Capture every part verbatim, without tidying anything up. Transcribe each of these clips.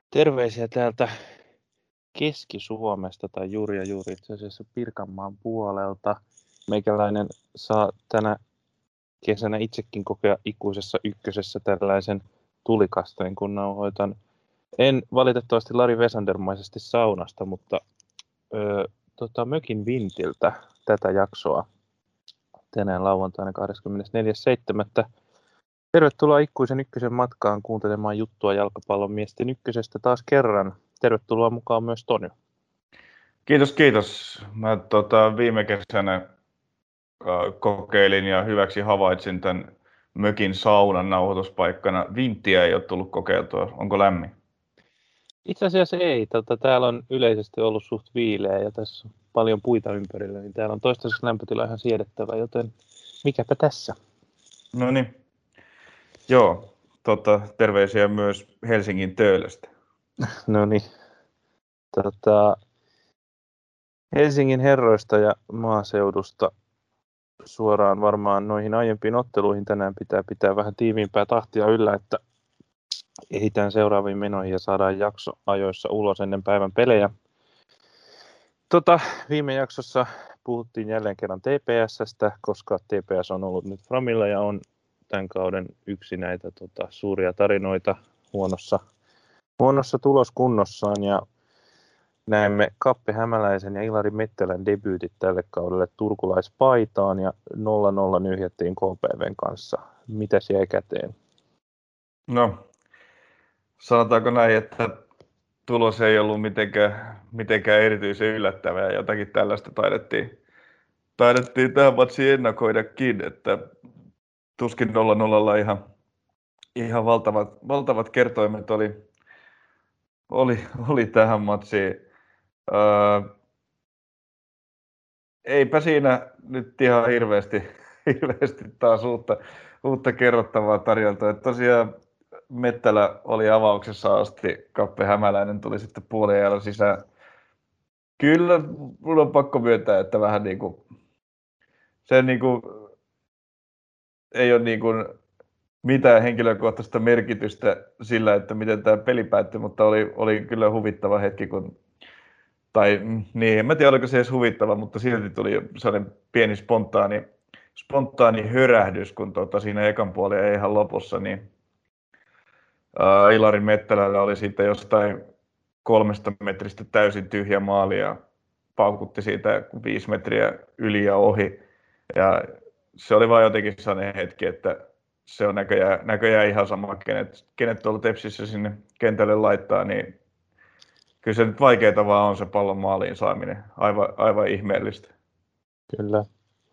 Terveisiä täältä Keski-Suomesta tai juuri ja juuri itse asiassa Pirkanmaan puolelta. Meikäläinen saa tänä kesänä itsekin kokea ikuisessa ykkösessä tällaisen tulikasteen, kun nauhoitan. En valitettavasti Lari Vesandermaisesti saunasta, mutta ö, tota, mökin vintiltä tätä jaksoa tänään lauantaina kahdeskymmenesneljäs seitsemättä Tervetuloa ikuisen ykkösen matkaan kuuntelemaan juttua jalkapallon miesten ykkösestä taas kerran. Tervetuloa mukaan myös Tony. Kiitos, kiitos. Mä tota, viime kesänä äh, kokeilin ja hyväksi havaitsin tämän mökin saunan nauhoituspaikkana. Vinttiä ei ole tullut kokeiltua. Onko lämmin? Itse asiassa ei. Tota, täällä on yleisesti ollut suht viileä ja tässä on paljon puita ympärillä, niin täällä on toistaiseksi lämpötila ihan siedettävä, joten mikäpä tässä. No niin. Joo, tota, terveisiä myös Helsingin Töölöstä. No niin. Tota, Helsingin herroista ja maaseudusta suoraan varmaan noihin aiempiin otteluihin tänään pitää pitää vähän tiiviimpää tahtia yllä, että ehditään seuraaviin menoihin ja saadaan jakso ajoissa ulos ennen päivän pelejä. Tota, viime jaksossa puhuttiin jälleen kerran T P S:stä, koska T P S on ollut nyt Framilla ja on tämän kauden yksi näitä tota, suuria tarinoita huonossa, huonossa tuloskunnossaan. Ja näemme Kappe Hämäläisen ja Ilari Mettelän debyytit tälle kaudelle turkulaispaitaan ja nolla nolla nyhjättiin K P V:n kanssa. Mitäs jäi käteen? No, sanotaanko näin, että tulos ei ollut mitenkään, mitenkään erityisen yllättävää ja jotakin tällaista taidettiin, taidettiin tähän matsiin ennakoidakin, että tuskin nolla nolla ihan, ihan valtavat, valtavat kertoimet oli, oli, oli tähän matsiin. Öö, eipä siinä nyt ihan hirveästi, hirveästi taas uutta, uutta kerrottavaa tarjolta. Että tosiaan Mettälä oli avauksessa asti, Kappe Hämäläinen tuli sitten puoliajalla sisään. Kyllä, mun on pakko myöntää, että vähän niin kuin, se niin kuin, ei ole niin kuin mitään henkilökohtaista merkitystä sillä, että miten tämä peli päättyi, mutta oli, oli kyllä huvittava hetki, kun tai niin, en mä tiedä oliko se edes huvittava, mutta silti tuli sellainen pieni spontaani, spontaani hörähdys, kun tuota, siinä ekan puolella ei ihan lopussa, niin ää, Ilari Mettelällä oli siitä jostain kolmesta metristä täysin tyhjä maali ja paukutti siitä viisi metriä yli ja ohi. Ja se oli vaan jotenkin sellainen hetki, että se on näköjään, näköjään ihan sama, kenet, kenet tuolla Tepsissä sinne kentälle laittaa, niin kyllä se nyt vaikeaa vaan on se pallon maaliin saaminen. Aivan, aivan ihmeellistä. Kyllä.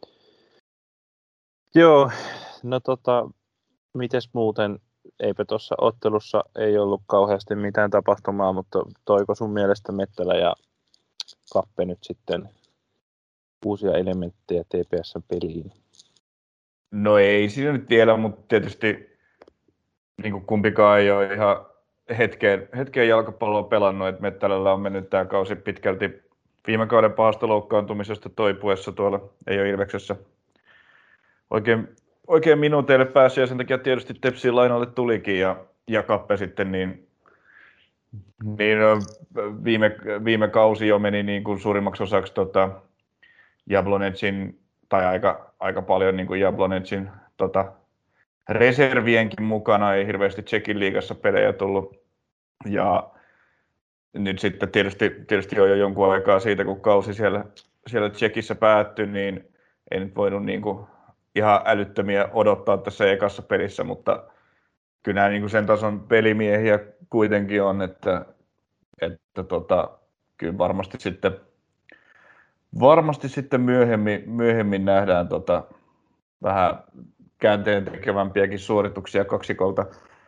Joo, no tota, mites muuten, eipä tuossa ottelussa ei ollut kauheasti mitään tapahtumaa, mutta toiko sun mielestä Mettelä ja Kappe nyt sitten uusia elementtejä T P S:n peliin? No ei siinä nyt vielä, mutta tietysti niin kuin kumpikaan ei ole ihan hetkeen, hetkeen jalkapalloa pelannut, että Mettälällä on mennyt tämä kausi pitkälti viime kauden pahasta loukkaantumisesta toipuessa tuolla ei ole Ilveksessä oikein, oikein minuuteille päässyt ja sen takia tietysti Tepsiin lainalle tulikin ja, ja Kappe sitten niin, niin viime, viime kausi jo meni niin kuin suurimmaksi osaksi tota Jablonecin tai aika, aika paljon niin kuin Jablonecin tota, reservienkin mukana, ei hirveästi Tšekin liigassa pelejä tullut. Ja nyt sitten tietysti, tietysti on jo jonkun aikaa siitä, kun kausi siellä, siellä Tšekissä päättyi, niin ei nyt voinut niin kuin ihan älyttömiä odottaa tässä ekassa pelissä, mutta kyllä nämä niin kuin sen tason pelimiehiä kuitenkin on, että, että tota, kyllä varmasti sitten, varmasti sitten myöhemmin, myöhemmin nähdään tota, vähän käänteen tekevämpiäkin suorituksia kaksikolta.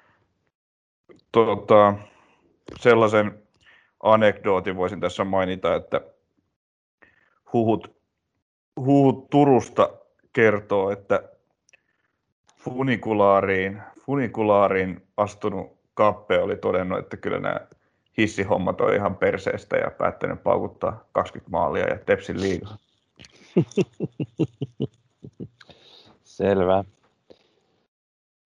Tota, sellaisen anekdootin voisin tässä mainita, että huhut, huhut Turusta kertoo, että funikulaariin, funikulaariin astunut Kappe oli todennut, että kyllä nämä hissihommat on ihan perseestä ja päättänyt paukuttaa kaksikymmentä maalia ja Tepsin liigaa. Selvä.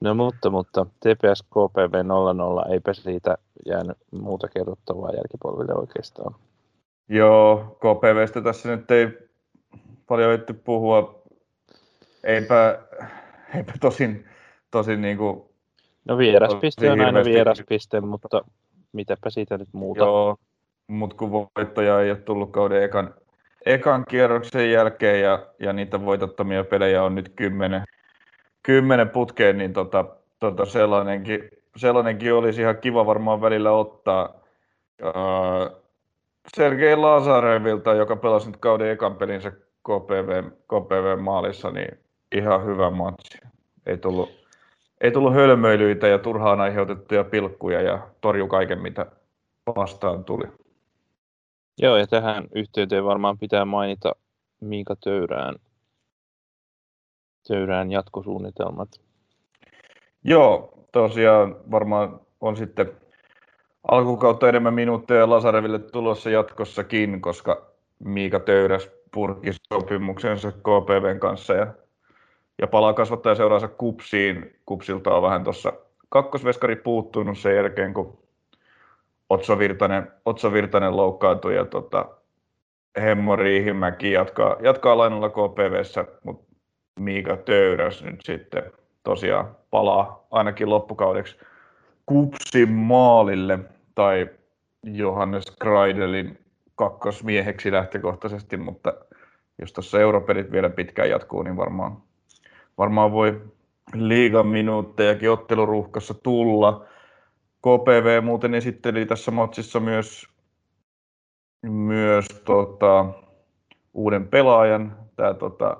No mutta, mutta T P S K P V nolla nolla, eipä siitä jäänyt muuta kerrottavaa jälkipolville oikeastaan. Joo, K P V:stä tässä nyt ei paljon ehti puhua. Eipä, eipä tosin, tosin niin kuin, No vieraspiste on aina hirveästi. vieraspiste, mutta mitäpä siitä nyt muuta. Joo, mutta kun voittoja ei ole tullut kauden ekan, ekan kierroksen jälkeen ja, ja niitä voitottomia pelejä on nyt kymmenen, kymmenen putkeen, niin tota, tota sellainenkin, sellainenkin olisi ihan kiva varmaan välillä ottaa. Uh, Sergei Lazarevilta, joka pelasi nyt kauden ekan pelinsä K P V, K P V-maalissa, niin ihan hyvä matsi. Ei tullut, ei tullut hölmöilyitä ja turhaan aiheutettuja pilkkuja ja torju kaiken, mitä vastaan tuli. Joo, ja tähän yhteyteen varmaan pitää mainita Miika Töyrään, Töyrään jatkosuunnitelmat. Joo, tosiaan varmaan on sitten alkukautta enemmän minuutteja Lazareville tulossa jatkossakin, koska Miika Töyräs purki sopimuksensa K P V:n kanssa ja, ja palaa kasvattajaseuraansa Kupsiin. Kupsilta on vähän tuossa kakkosveskari puuttunut sen jälkeen, kun Otso Virtanen, Otso Virtanen loukkaantui ja tota, Hemmo Riihimäki jatkaa, jatkaa lainalla K P V:ssä, mutta Miika Töyräs nyt sitten tosiaan palaa ainakin loppukaudeksi Kupsin maalille tai Johannes Kreidelin kakkosmieheksi lähtökohtaisesti, mutta jos tuossa europelit vielä pitkään jatkuu, niin varmaan, varmaan voi liigan minuuttejakin otteluruuhkassa tulla. K P V muuten esitteli tässä matsissa myös, myös tota, uuden pelaajan, tämä tota,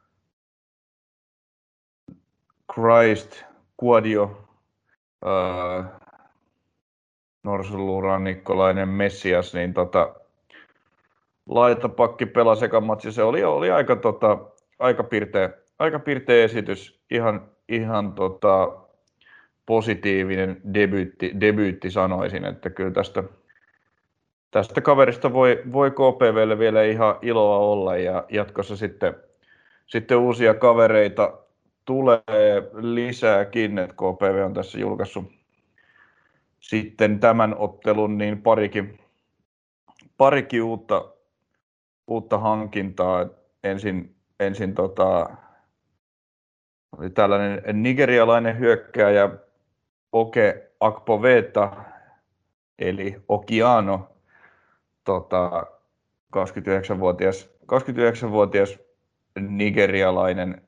Christ Quadio, ää, Norsulurannikkolainen Messias, niin tota, laitapakki pelasi ekan matsi. Se oli, oli aika, tota, aika, pirteä, aika pirteä esitys, ihan, ihan tota, positiivinen debyytti, debyytti sanoisin, että kyllä tästä, tästä kaverista voi, voi K P V:lle vielä ihan iloa olla ja jatkossa sitten, sitten uusia kavereita tulee lisääkin, että K P V on tässä julkaissut sitten tämän ottelun niin parikin, parikin uutta, uutta hankintaa. Ensin, ensin tota, oli tällainen nigerialainen hyökkääjä Oke Akpoveta, eli Okiano, tota, kaksikymmentäyhdeksänvuotias, kaksikymmentäyhdeksänvuotias nigerialainen,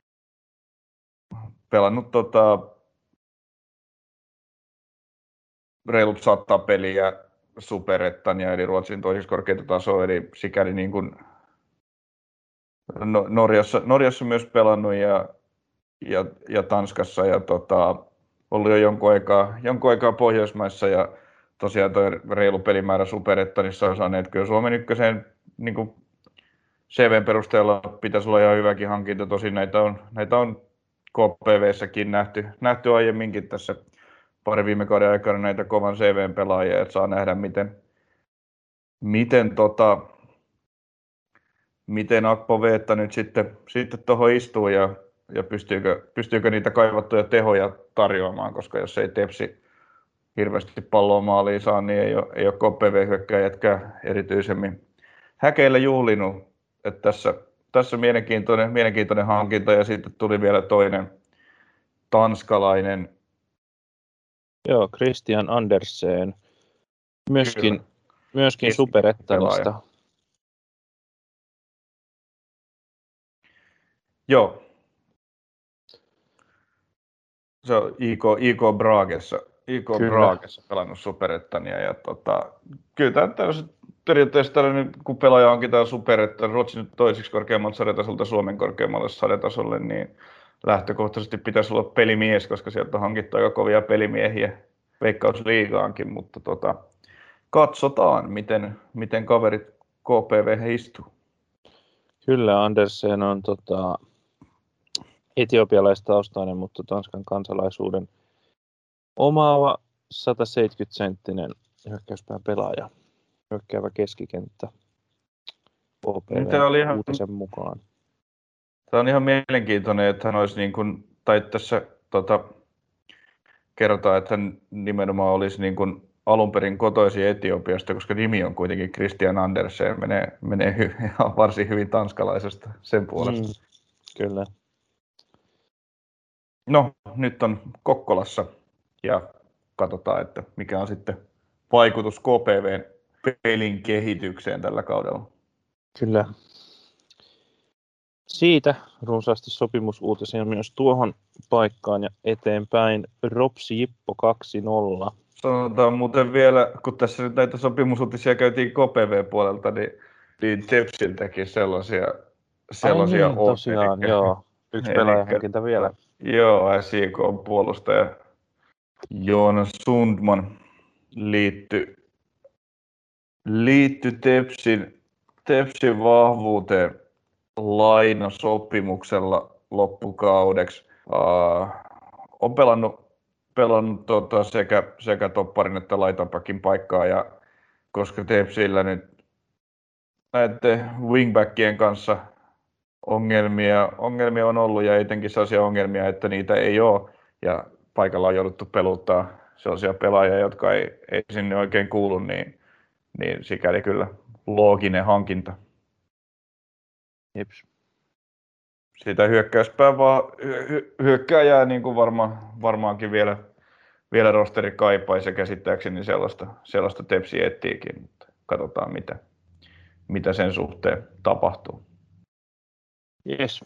pelannut tota, reilut sata peliä Superettania, eli Ruotsin toiseksi korkeinta tasoa, eli sikäli niin kuin no, Norjassa, Norjassa myös pelannut ja, ja, ja Tanskassa ja tota, ollut jo jonkun aikaa, jonkun aikaa Pohjoismaissa ja tosiaan tuo reilu pelimäärä Superettanissa on saaneet kyllä Suomen ykköseen niin kuin C V:n perusteella pitäisi olla ihan hyväkin hankinta. Tosin näitä on, näitä on K P V:ssäkin nähty, nähty aiemminkin tässä pari viime kauden aikana näitä kovan C V:n pelaajia, että saa nähdä miten, miten, tota, miten Akpoveta nyt sitten, sitten tuohon istuu ja, ja pystyykö, pystyykö niitä kaivattuja tehoja tarjoamaan, koska jos ei Tepsi hirveästi palloa maaliin saa, niin ei ole, ei ole K P V-hyökkäjätkään erityisemmin häkeillä juhlinut. Että tässä, tässä mielenkiintoinen, mielenkiintoinen hankinta ja sitten tuli vielä toinen tanskalainen. Joo, Christian Andersen, myöskin, myöskin Superettanista. Joo. Se on I K, I K Bragessa, I K Bragessa pelannut Superettania. Ja tota, kyllä tämä tällaiset, periaatteessa tällainen, kun pelaaja hankitaan Superettan Ruotsin toiseksi korkeammalta sarjatasolta Suomen korkeammalle sarjatasolle, niin lähtökohtaisesti pitäisi olla pelimies, koska sieltä on hankittu aika kovia pelimiehiä Veikkausliigaankin, mutta tota, katsotaan, miten, miten kaverit K P V istuu. Kyllä, Andersen on tota, etiopialaistaustainen, mutta Tanskan kansalaisuuden omaava sataseitsemänkymmentä senttinen hyökkäyspään pelaaja, hyökkäävä keskikenttä O P V uutisen mukaan. Tämä on ihan mielenkiintoinen, että hän olisi niin kuin, tai tässä tota, kerrotaan, että hän nimenomaan olisi niin kuin alun perin kotoisin Etiopiasta, koska nimi on kuitenkin Christian Andersen, menee, menee hy- varsin hyvin tanskalaisesta sen puolesta. Mm, kyllä. No, nyt on Kokkolassa ja katsotaan, että mikä on sitten vaikutus K P V:n pelin kehitykseen tällä kaudella. Kyllä. Siitä runsaasti sopimusuutisia myös tuohon paikkaan ja eteenpäin. Ropsi Jippo kaksi nolla. Sanotaan muuten vielä, kun tässä nyt näitä sopimusuutisia käytiin K P V-puolelta, niin, niin Tepsiltäkin sellaisia, sellaisia Ai niin, on. tosiaan, Elikkä, joo. Yksi pelaajahankinta vielä. Joo, S J K-puolustaja Joonas Sundman liittyi liitty Tepsin, Tepsin vahvuuteen lainasopimuksella loppukaudeksi. Uh, on pelannut, pelannut tota sekä, sekä topparin että laitapakin paikkaa, ja koska Tepsillä nyt näiden wingbackien kanssa ongelmia, ongelmia on ollut, ja etenkin sellaisia ongelmia, että niitä ei ole, ja paikalla on jouduttu peluttaa sellaisia pelaajia, jotka ei, ei sinne oikein kuulu, niin, niin sikäli kyllä looginen hankinta. Jeps. Sitä hyökkäyspää vaan hy, hyökkääjää niin kuin varma, varmaankin vielä, vielä rosteri kaipaisi ja käsittääkseni sellaista, sellaista Tepsi etsiikin, mutta katsotaan mitä, mitä sen suhteen tapahtuu. Jes.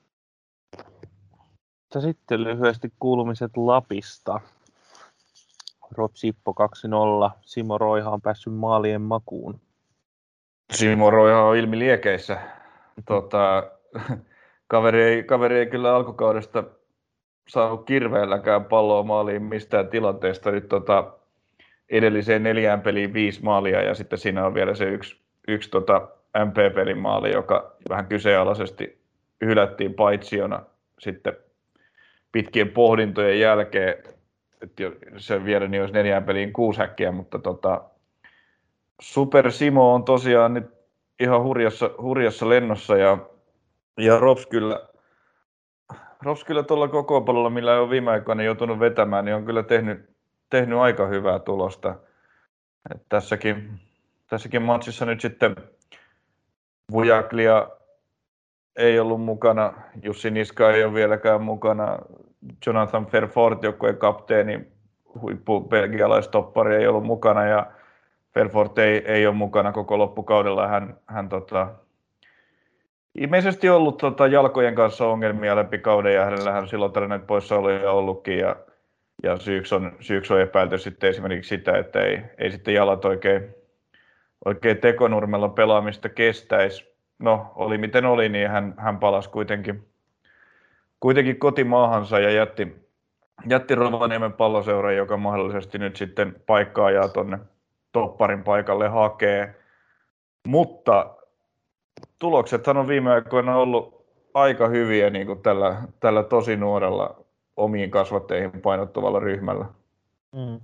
Sitten lyhyesti kuulumiset Lapista. Ropsi Jippo kaksi nolla. Simo Roiha on päässyt maalien makuun. Simo Roiha on ilmi liekeissä. Tota, kaveri, ei, kaveri ei kyllä alkukaudesta saanut kirveelläkään palloa maaliin mistään tilanteesta. Nyt tota, edelliseen neljään peliin viisi maalia, ja sitten siinä on vielä se yksi, yksi tota M P-pelin maali, joka vähän kyseenalaisesti hylättiin paitsiona sitten pitkien pohdintojen jälkeen. Että sen vielä niin olisi neljään peliin kuusi häkkiä, mutta tota, Super Simo on tosiaan nyt ihan hurjassa, hurjassa lennossa, ja, ja Rops kyllä, Rops kyllä tuolla kokoonpanolla, millä on viime aikoina joutunut vetämään, niin on kyllä tehnyt, tehnyt aika hyvää tulosta. Et tässäkin, tässäkin matsissa nyt sitten Vujaklia ei ollut mukana, Jussi Niska ei ole vieläkään mukana, Jonathan Verfort, joukkueen kapteeni, huippu belgialaistoppari, ei ollut mukana, ja Verfort ei, ei ole mukana koko loppukaudella. Hän, hän tota, ilmeisesti ollut tota, jalkojen kanssa ongelmia läpi kauden, ja hänellä on silloin tällainen poissaoloja ollutkin, ja, ja syyksi, on, syyksi on epäilty sitten esimerkiksi sitä, että ei, ei sitten jalat oikein, oikein tekonurmella pelaamista kestäisi. No, oli miten oli, niin hän, hän palasi kuitenkin, kuitenkin kotimaahansa ja jätti, jätti Rovaniemen Palloseuran, joka mahdollisesti nyt sitten paikkaa ja tuonne topparin paikalle hakee. Mutta tuloksethan on viime aikoina ollut aika hyviä niin kuin tällä, tällä tosi nuorella omiin kasvatteihin painottuvalla ryhmällä. Mm.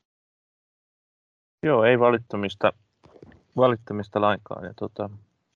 Joo, ei valittamista, valittamista lainkaan. Ja tota...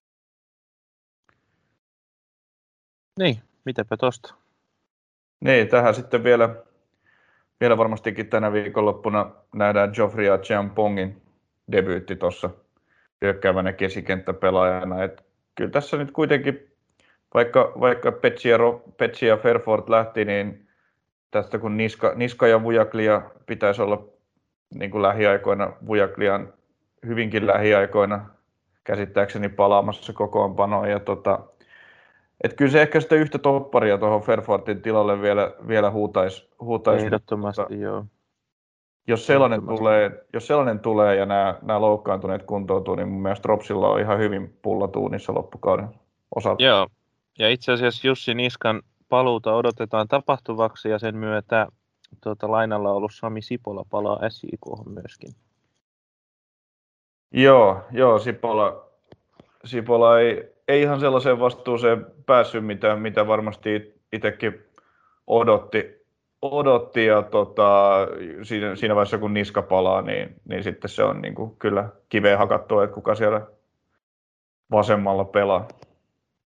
Niin, mitäpä tosta? Niin, tähän sitten vielä, vielä varmastikin tänä viikonloppuna nähdään Geoffrey Champongin debyytti tuossa hyökkäävänä keskikenttäpelaajana. Et kyllä tässä nyt kuitenkin, vaikka, vaikka Petsi ja, Petsi ja Verfort lähti, niin tästä kun Niska, Niska ja Vujaklia pitäisi olla niin kuin lähiaikoina, Vujaklian hyvinkin lähiaikoina käsittääkseni palaamassa kokoonpanoon. Ja tota, et kyllä se ehkä sitä yhtä topparia tuohon Verfortin tilalle vielä, vielä huutaisi. huutaisi Ehdottomasti, mutta, joo. Jos sellainen, tulee, jos sellainen tulee ja nämä, nämä loukkaantuneet kuntoutuu, niin mun mielestä Ropsilla on ihan hyvin pullatuunissa loppukauden osalta. Joo, ja itse asiassa Jussi Niskan paluuta odotetaan tapahtuvaksi, ja sen myötä tuota, lainalla ollut Sami Sipola palaa S J K:hon myöskin. Joo, joo Sipola, Sipola ei, ei ihan sellaiseen vastuuseen päässyt, mitä, mitä varmasti itsekin odotti. odotti ja tota, siinä, siinä vaiheessa, kun Niska palaa, niin, niin sitten se on niin kuin kyllä kiveen hakattua, että kuka siellä vasemmalla pelaa.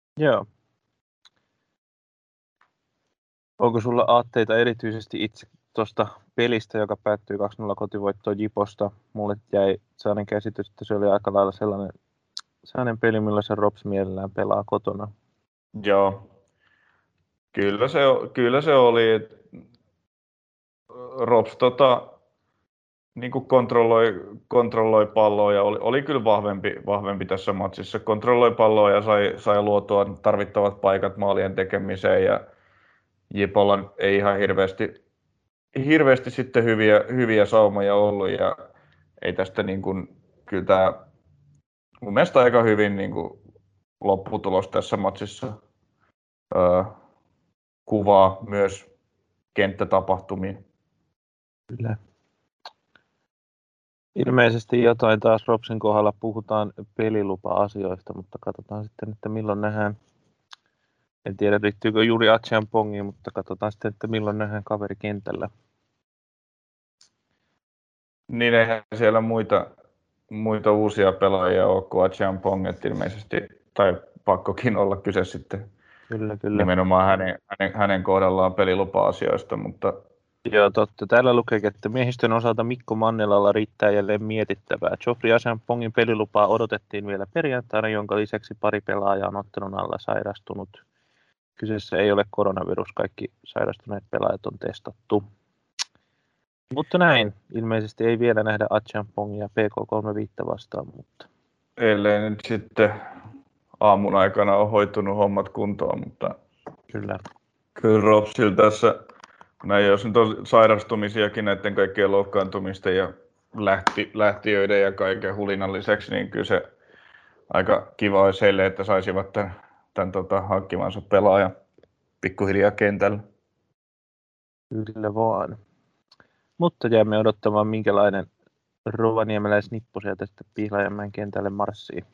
Joo. Onko sulla aatteita erityisesti itse tuosta pelistä, joka päättyi kaksi nolla kotivoittoon Jiposta. Mulle jäi sellainen käsitys, että se oli aika lailla sellainen, sellainen peli, millä se Rops mielellään pelaa kotona. Joo, kyllä se, kyllä se oli. Rops tota, niin kuin kontrolloi, kontrolloi palloa ja oli, oli kyllä vahvempi, vahvempi tässä matsissa. Kontrolloi palloa ja sai, sai luotua tarvittavat paikat maalien tekemiseen ja Jipolla ei ihan hirveästi, hirveästi sitten hyviä, hyviä saumoja ollut ja ei tästä niin kuin, kyllä tämä mun mielestä aika hyvin niin kuin lopputulos tässä matsissa öö, kuvaa myös kenttätapahtumia. Kyllä. Ilmeisesti jotain taas Ropsin kohdalla puhutaan pelilupa-asioista, mutta katsotaan sitten, että milloin nähdään. En tiedä, liittyykö juuri Acheampongiin, mutta katsotaan sitten, että milloin nähdään kaveri kentällä. Niin eihän siellä muita, muita uusia pelaajia ole kuin Acheampong, että ilmeisesti, tai pakkokin olla kyse sitten Kyllä, kyllä. nimenomaan hänen, hänen, hänen kohdallaan pelilupa-asioista, mutta Joo, totta. Täällä lukee, että miehistön osalta Mikko Mannelalla riittää jälleen mietittävää. Geoffrey Acheampongin pelilupaa odotettiin vielä perjantaina, jonka lisäksi pari pelaajaa on ottelun alla sairastunut. Kyseessä ei ole koronavirus, kaikki sairastuneet pelaajat on testattu. Mutta näin, ilmeisesti ei vielä nähdä Acheampongia P K kolmekymmentäviisi vastaan, mutta ellei nyt sitten aamun aikana on hoitunut hommat kuntoon, mutta kyllä. Kyllä Ropsil tässä, näin jos nyt on sairastumisiakin näiden kaikkien loukkaantumisten ja lähti, lähtiöiden ja kaiken hulinan lisäksi, niin kyllä se aika kiva olisi heille, että saisivat tämän, tämän tota, hankkimansa pelaajan pikkuhiljaa kentällä. Kyllä vaan. Mutta jäämme odottamaan, minkälainen rovaniemeläisnippu sieltä sitten Pihlajamäen kentälle marssii.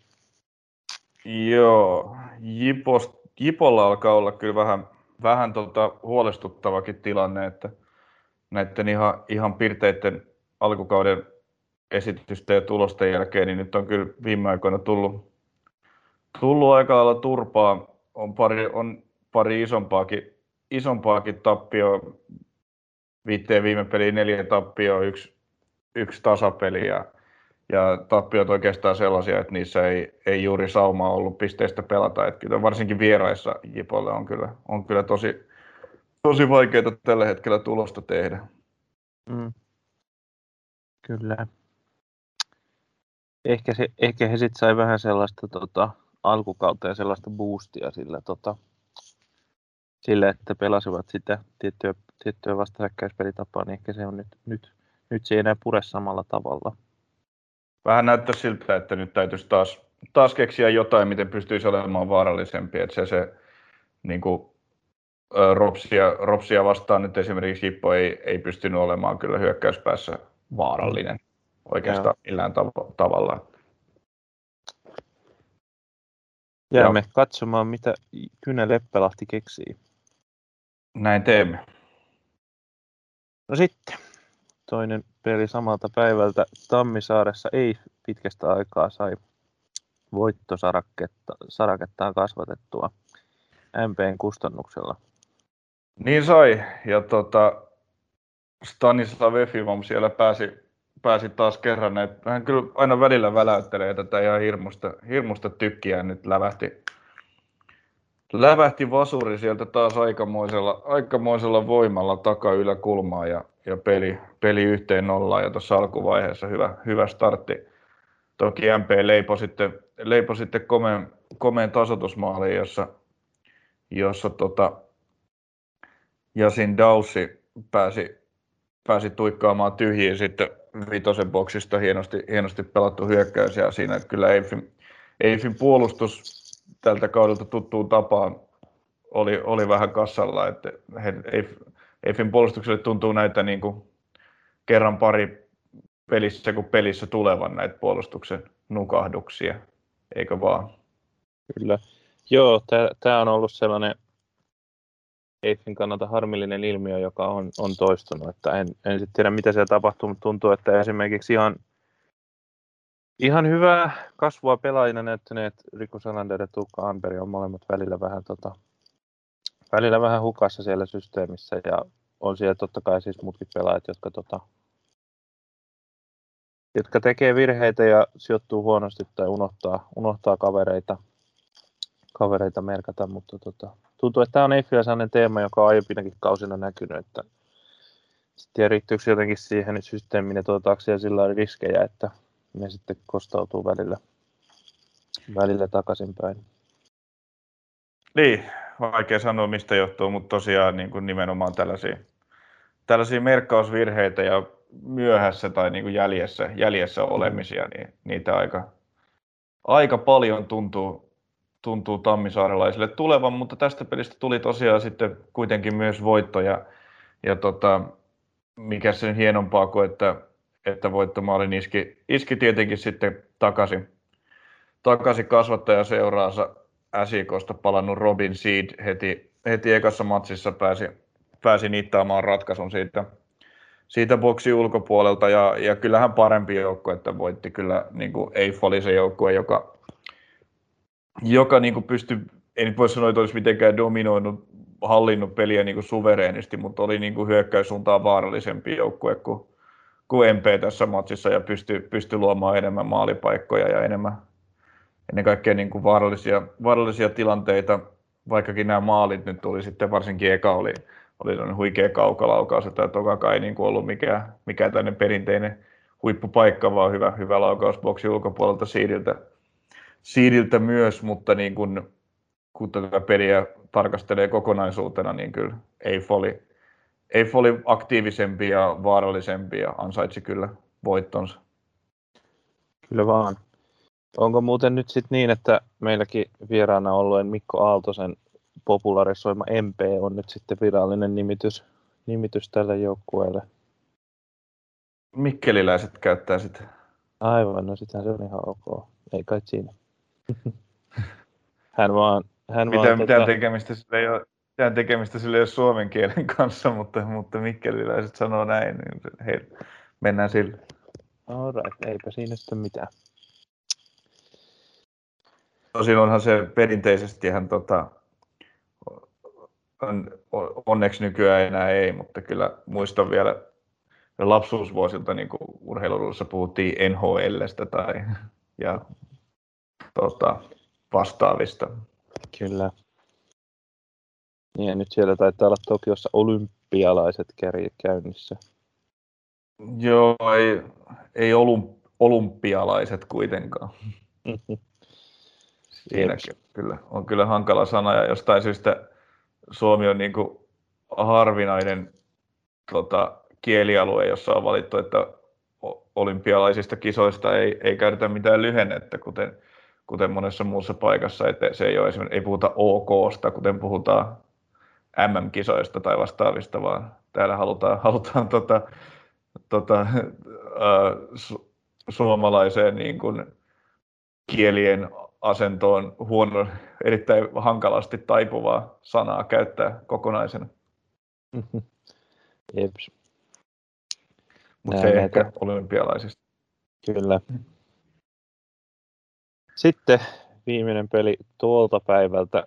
Joo, Jipost, Jipolla alkaa olla kyllä vähän, vähän tota huolestuttavakin tilanne, että näiden ihan, ihan pirteiden alkukauden esitysten ja tulosten jälkeen, niin nyt on kyllä viime aikoina tullut, tullut aika lailla turpaa. On pari, on pari isompaakin, isompaakin tappioa. Viitteen viime peliin neljä tappioa, yksi, yksi tasapeli ja, ja tappiot oikeastaan sellaisia, että niissä ei, ei juuri saumaa ollut pisteistä pelata. Että kyllä varsinkin vieraissa Jipolle on kyllä, on kyllä tosi, tosi vaikeaa tällä hetkellä tulosta tehdä. Mm. Kyllä. Ehkä, se, ehkä he sitten sai vähän sellaista tota, alkukauteen sellaista boostia sillä, tota, sillä, että pelasivat sitä tiettyä, tiettyä vastahyökkäyspelitapaa, niin ehkä se on nyt, nyt, nyt se ei enää pure samalla tavalla. Vähän näyttää siltä, että nyt täytyisi taas, taas keksiä jotain, miten pystyisi olemaan vaarallisempi. Että se, se niin kuin, Ropsia, Ropsia vastaan nyt esimerkiksi Jippo ei, ei pystynyt olemaan kyllä hyökkäyspäässä vaarallinen oikeastaan Joo. millään tav- tavalla. Jäämme ja katsomaan, mitä Kynä Leppälahti keksii. Näin teemme. No sitten, toinen peli samalta päivältä Tammisaaressa ei pitkästä aikaa sai voittosarakettaan kasvatettua M P:n kustannuksella. Niin sai, ja tota, Stanislav Efimov siellä pääsi, pääsi taas kerran. Että hän kyllä aina välillä väläyttelee tätä ihan hirmusta, hirmusta tykkiä. Nyt lävähti, lävähti vasuri sieltä taas aikamoisella, aikamoisella voimalla taka-yläkulmaa ja, ja peli, peli yhteen nollaan. Ja tuossa alkuvaiheessa hyvä, hyvä startti. Toki M P leipoi sitten, leipoi sitten komeen, komeen tasoitusmaaliin, jossa, jossa tota, Yasin Daussi pääsi, pääsi tuikkaamaan tyhjiin sitten vitosen boksista. Hienosti, hienosti pelattu hyökkäys ja siinä kyllä Eifin, Eifin puolustus tältä kaudelta tuttuun tapaan oli, oli vähän kassalla. Että he, Eif, Eifin puolustukselle tuntuu näitä niin kuin kerran pari pelissä kuin pelissä tulevan näitä puolustuksen nukahduksia, eikö vaan? Kyllä. Joo, tämä on ollut sellainen Eifin kannalta harmillinen ilmiö, joka on, on toistunut. Että en, en sitten tiedä, mitä siellä tapahtuu, mutta tuntuu, että esimerkiksi ihan, ihan hyvää kasvua pelaajina näyttäneet Riku Salander ja Tuukka Amberi on molemmat välillä vähän, tota, välillä vähän hukassa siellä systeemissä. Ja on siellä totta kai siis muutkin pelaajat, jotka, tota, jotka tekee virheitä ja sijoittuu huonosti tai unohtaa, unohtaa kavereita, kavereita merkata, mutta tota, tuntuu, että tämä on Eiffillä sellainen teema, joka on aiempinakin kausina näkynyt, että tiedä, riittyykö jotenkin siihen systeemiin ja tuotaako siellä sillä riskejä, että ne sitten kostautuu välillä, välillä takaisinpäin. Niin, vaikea sanoa mistä johtuu, mutta tosiaan niin kuin nimenomaan tällaisia, tällaisia merkkausvirheitä ja myöhässä tai niin kuin jäljessä, jäljessä olemisia, niin niitä aika, aika paljon tuntuu, tuntuu tammisaarelaisille tulevan, mutta tästä pelistä tuli tosiaan sitten kuitenkin myös voitto ja, ja tota, mikä sen hienompaa kuin, että, että voittomaalin iski, iski tietenkin sitten takaisin, takaisin kasvattajaseuraansa S I K:sta palannut Robin Seed heti, heti ekassa matsissa pääsi, pääsi niittaamaan ratkaisun siitä, siitä boksin ulkopuolelta ja, ja kyllähän parempi joukkue, että voitti kyllä niin kuin Eiff oli se joukkue, joka, joka niin kuin pystyi, ei nyt voi sanoa, että olisi mitenkään dominoinut, hallinnut peliä niin kuin suvereenisti, mutta oli niin kuin hyökkäyssuuntaan vaarallisempi joukkue kuin, kuin M P tässä matsissa ja pystyi, pystyi luomaan enemmän maalipaikkoja ja enemmän ennen kaikkea niin kuin vaarallisia, vaarallisia tilanteita, vaikkakin nämä maalit nyt tuli sitten, varsinkin eka oli, oli huikea kaukalaukaus, että tokakaan ei niin kuin ollut mikään, mikään tämmöinen perinteinen huippupaikka, vaan hyvä, hyvä laukaus boksin ulkopuolelta Seediltä, Seediltä myös, mutta niin kuin, kun tätä peliä tarkastelee kokonaisuutena, niin kyllä Eiff oli, Eiff oli aktiivisempi ja vaarallisempi ja ansaitsi kyllä voittonsa. Kyllä vaan. Onko muuten nyt sitten niin, että meilläkin vieraana olleen Mikko Aaltosen popularisoima M P on nyt sitten virallinen nimitys, nimitys tälle joukkueelle? Mikkeliläiset käyttää sitä. Aivan, no sitähän se on ihan ok. Ei kai siinä. Hän vaan... Hän mitään, vaan mitään, tota... tekemistä sille ei ole, mitään tekemistä sille ei ole suomen kielen kanssa, mutta, mutta mikkeliläiset sanoo näin, niin hei, mennään sille. Alright, eipä siinä sitten mitään. Tosin onhan se perinteisesti ihan tota, on, onneksi nykyään enää ei, mutta kyllä muistan vielä lapsuusvuosilta, niin kuin urheilussa puhuttiin N H L:stä tai ja, tota, vastaavista. Kyllä. Niin ja nyt siellä taitaa olla Tokiossa olympialaiset käynnissä. Joo, ei, ei olympialaiset kuitenkaan. Siinäkin kyllä, on kyllä hankala sana ja jostain syystä Suomi on niin kuin harvinainen tota, kielialue, jossa on valittu, että olympialaisista kisoista ei, ei käytetä mitään lyhennettä, kuten, kuten monessa muussa paikassa. Että se ei, ole, ei puhuta OKsta, kuten puhutaan M M-kisoista tai vastaavista, vaan täällä halutaan, halutaan tota, tota, äh, su, suomalaiseen niin kuin kielien asentoon huono, erittäin hankalasti taipuvaa sanaa käyttää kokonaisena. Jeps. Mutta se näitä... ehkä olympialaisista. Kyllä. Sitten viimeinen peli tuolta päivältä.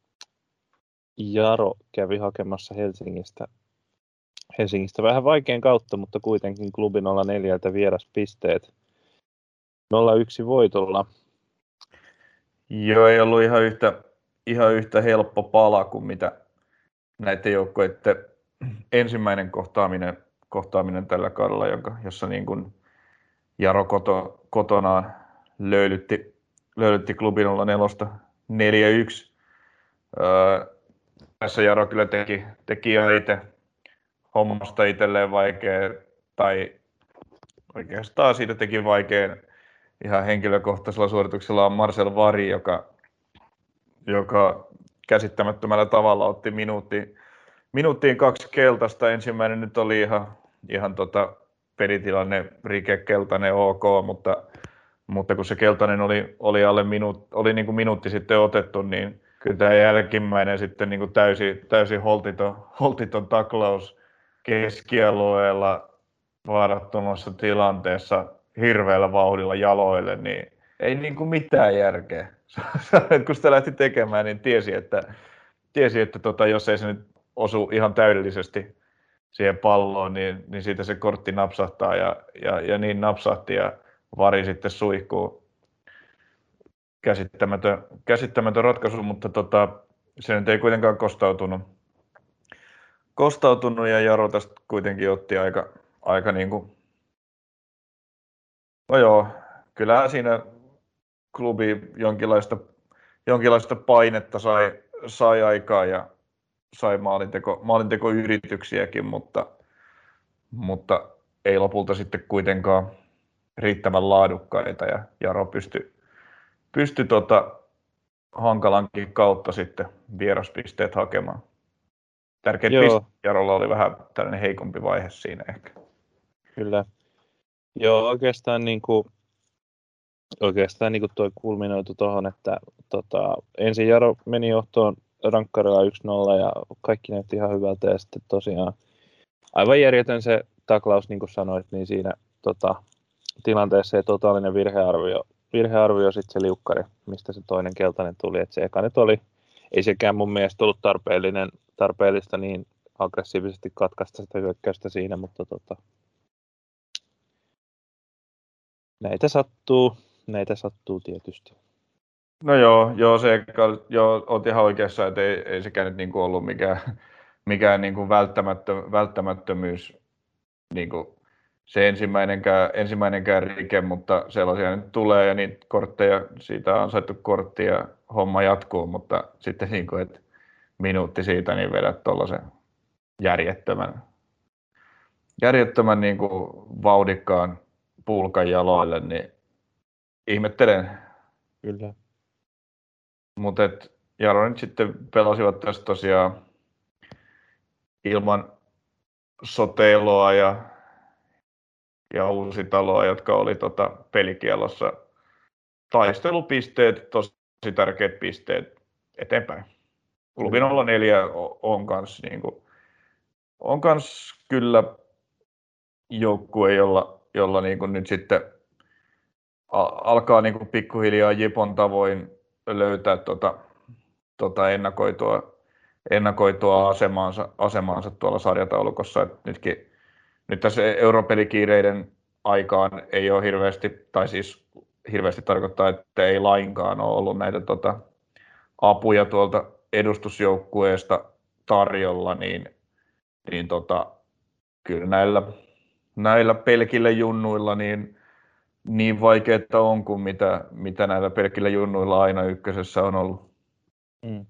Jaro kävi hakemassa Helsingistä, Helsingistä vähän vaikean kautta, mutta kuitenkin klubi nolla neljä vieraspisteet nolla yksi voitolla. Joo, ei ollut ihan yhtä, ihan yhtä helppo pala kuin mitä näiden joukkueiden ensimmäinen kohtaaminen, kohtaaminen tällä kaudella, jonka, jossa niin kuin Jaro koto, kotonaan löylytti, löylytti klubi nolla neljä neljä yksi. Öö, tässä Jaro kyllä teki, teki jo itse hommasta itselleen vaikea, tai oikeastaan siitä teki vaikean ihan henkilökohtaisella suorituksella on Marcel Vari, joka, joka käsittämättömällä tavalla otti minuutti, minuuttiin kaksi keltaista. Ensimmäinen nyt oli ihan, ihan tota pelitilanne, rike, keltainen, ok, mutta, mutta kun se keltainen oli, oli alle minuut, oli niin kuin minuutti sitten otettu, niin kyllä tämä jälkimmäinen sitten niin kuin täysin, täysin holtiton, holtiton taklaus keskialueella vaarattomassa tilanteessa hirveällä vauhdilla jaloille, niin ei niin kuin mitään järkeä. Kun sitä lähti tekemään, niin tiesi, että, tiesi, että tota, jos ei se nyt osu ihan täydellisesti, siihen palloon, niin, niin siitä se kortti napsahtaa ja, ja, ja niin napsahti ja VAR sitten suihkuu. Käsittämätön, käsittämätön ratkaisu, mutta tota, se nyt ei kuitenkaan kostautunut. Kostautunut ja Jaro tästä kuitenkin otti aika, aika niin kuin, no joo, kyllähän siinä klubi jonkinlaista, jonkinlaista painetta sai, sai aikaa ja sai maalinteko, maalintekoyrityksiäkin, mutta, mutta ei lopulta sitten kuitenkaan riittävän laadukkaita ja Jaro pystyi pysty tota hankalankin kautta sitten vieraspisteet hakemaan. Tärkeät pisteet Jarolla oli vähän tällainen heikompi vaihe siinä ehkä. Kyllä. Joo, oikeastaan niin kuin Oikeastaan niin kuin toi kulminoitu tuohon, että tota, ensin Jaro meni johtoon rankkarilla yksi nolla ja kaikki näytti ihan hyvältä ja sitten tosiaan aivan järjetön se taklaus, niin kuin sanoit, niin siinä tota, tilanteessa se totaalinen virhearvio, virhearvio sitten se liukkari, mistä se toinen keltainen tuli, että se eka nyt oli, ei sekään mun mielestä ollut tarpeellinen, tarpeellista niin aggressiivisesti katkaista sitä hyökkäystä siinä, mutta tota, näitä sattuu. Näitä sattuu tietysti. No joo, joo se, joo, olet ihan oikeassa, että ei, ei sekään nyt niin kuin ollut mikään, mikään niin kuin välttämättö, välttämättömyys, niin kuin se ensimmäinenkään, ensimmäinenkään rike, mutta sellaisia nyt tulee ja niitä kortteja, siitä on ansaittu kortti ja homma jatkuu, mutta sitten niin kuin, että minuutti siitä niin vedät tuollaisen järjettömän, järjettömän niin kuin vauhdikkaan pulkan jaloille, niin ihmettelen. Kyllä. Mutta Jaro nyt sitten pelasivat tässä tosiaan ilman Soteloa ja, ja Uusitaloa, jotka oli tota pelikielossa. Taistelupisteet, tosi tärkeät pisteet eteenpäin. Klubi nolla neljä on kans, niinku, on kans kyllä joukkue, jolla, jolla niinku nyt sitten alkaa niinku pikkuhiljaa Jipon tavoin löytää tota, tota ennakoitua, ennakoitua asemaansa, asemaansa tuolla sarjataulukossa. Et nytkin, nyt tässä europelikiireiden aikaan ei ole hirveästi, tai siis hirveästi tarkoittaa, että ei lainkaan ole ollut näitä tota, apuja tuolta edustusjoukkueesta tarjolla, niin, niin tota, kyllä näillä, näillä pelkillä junnuilla niin, niin vaikeaa on kuin mitä, mitä näillä pelkillä junnuilla aina ykkösessä on ollut. Mm.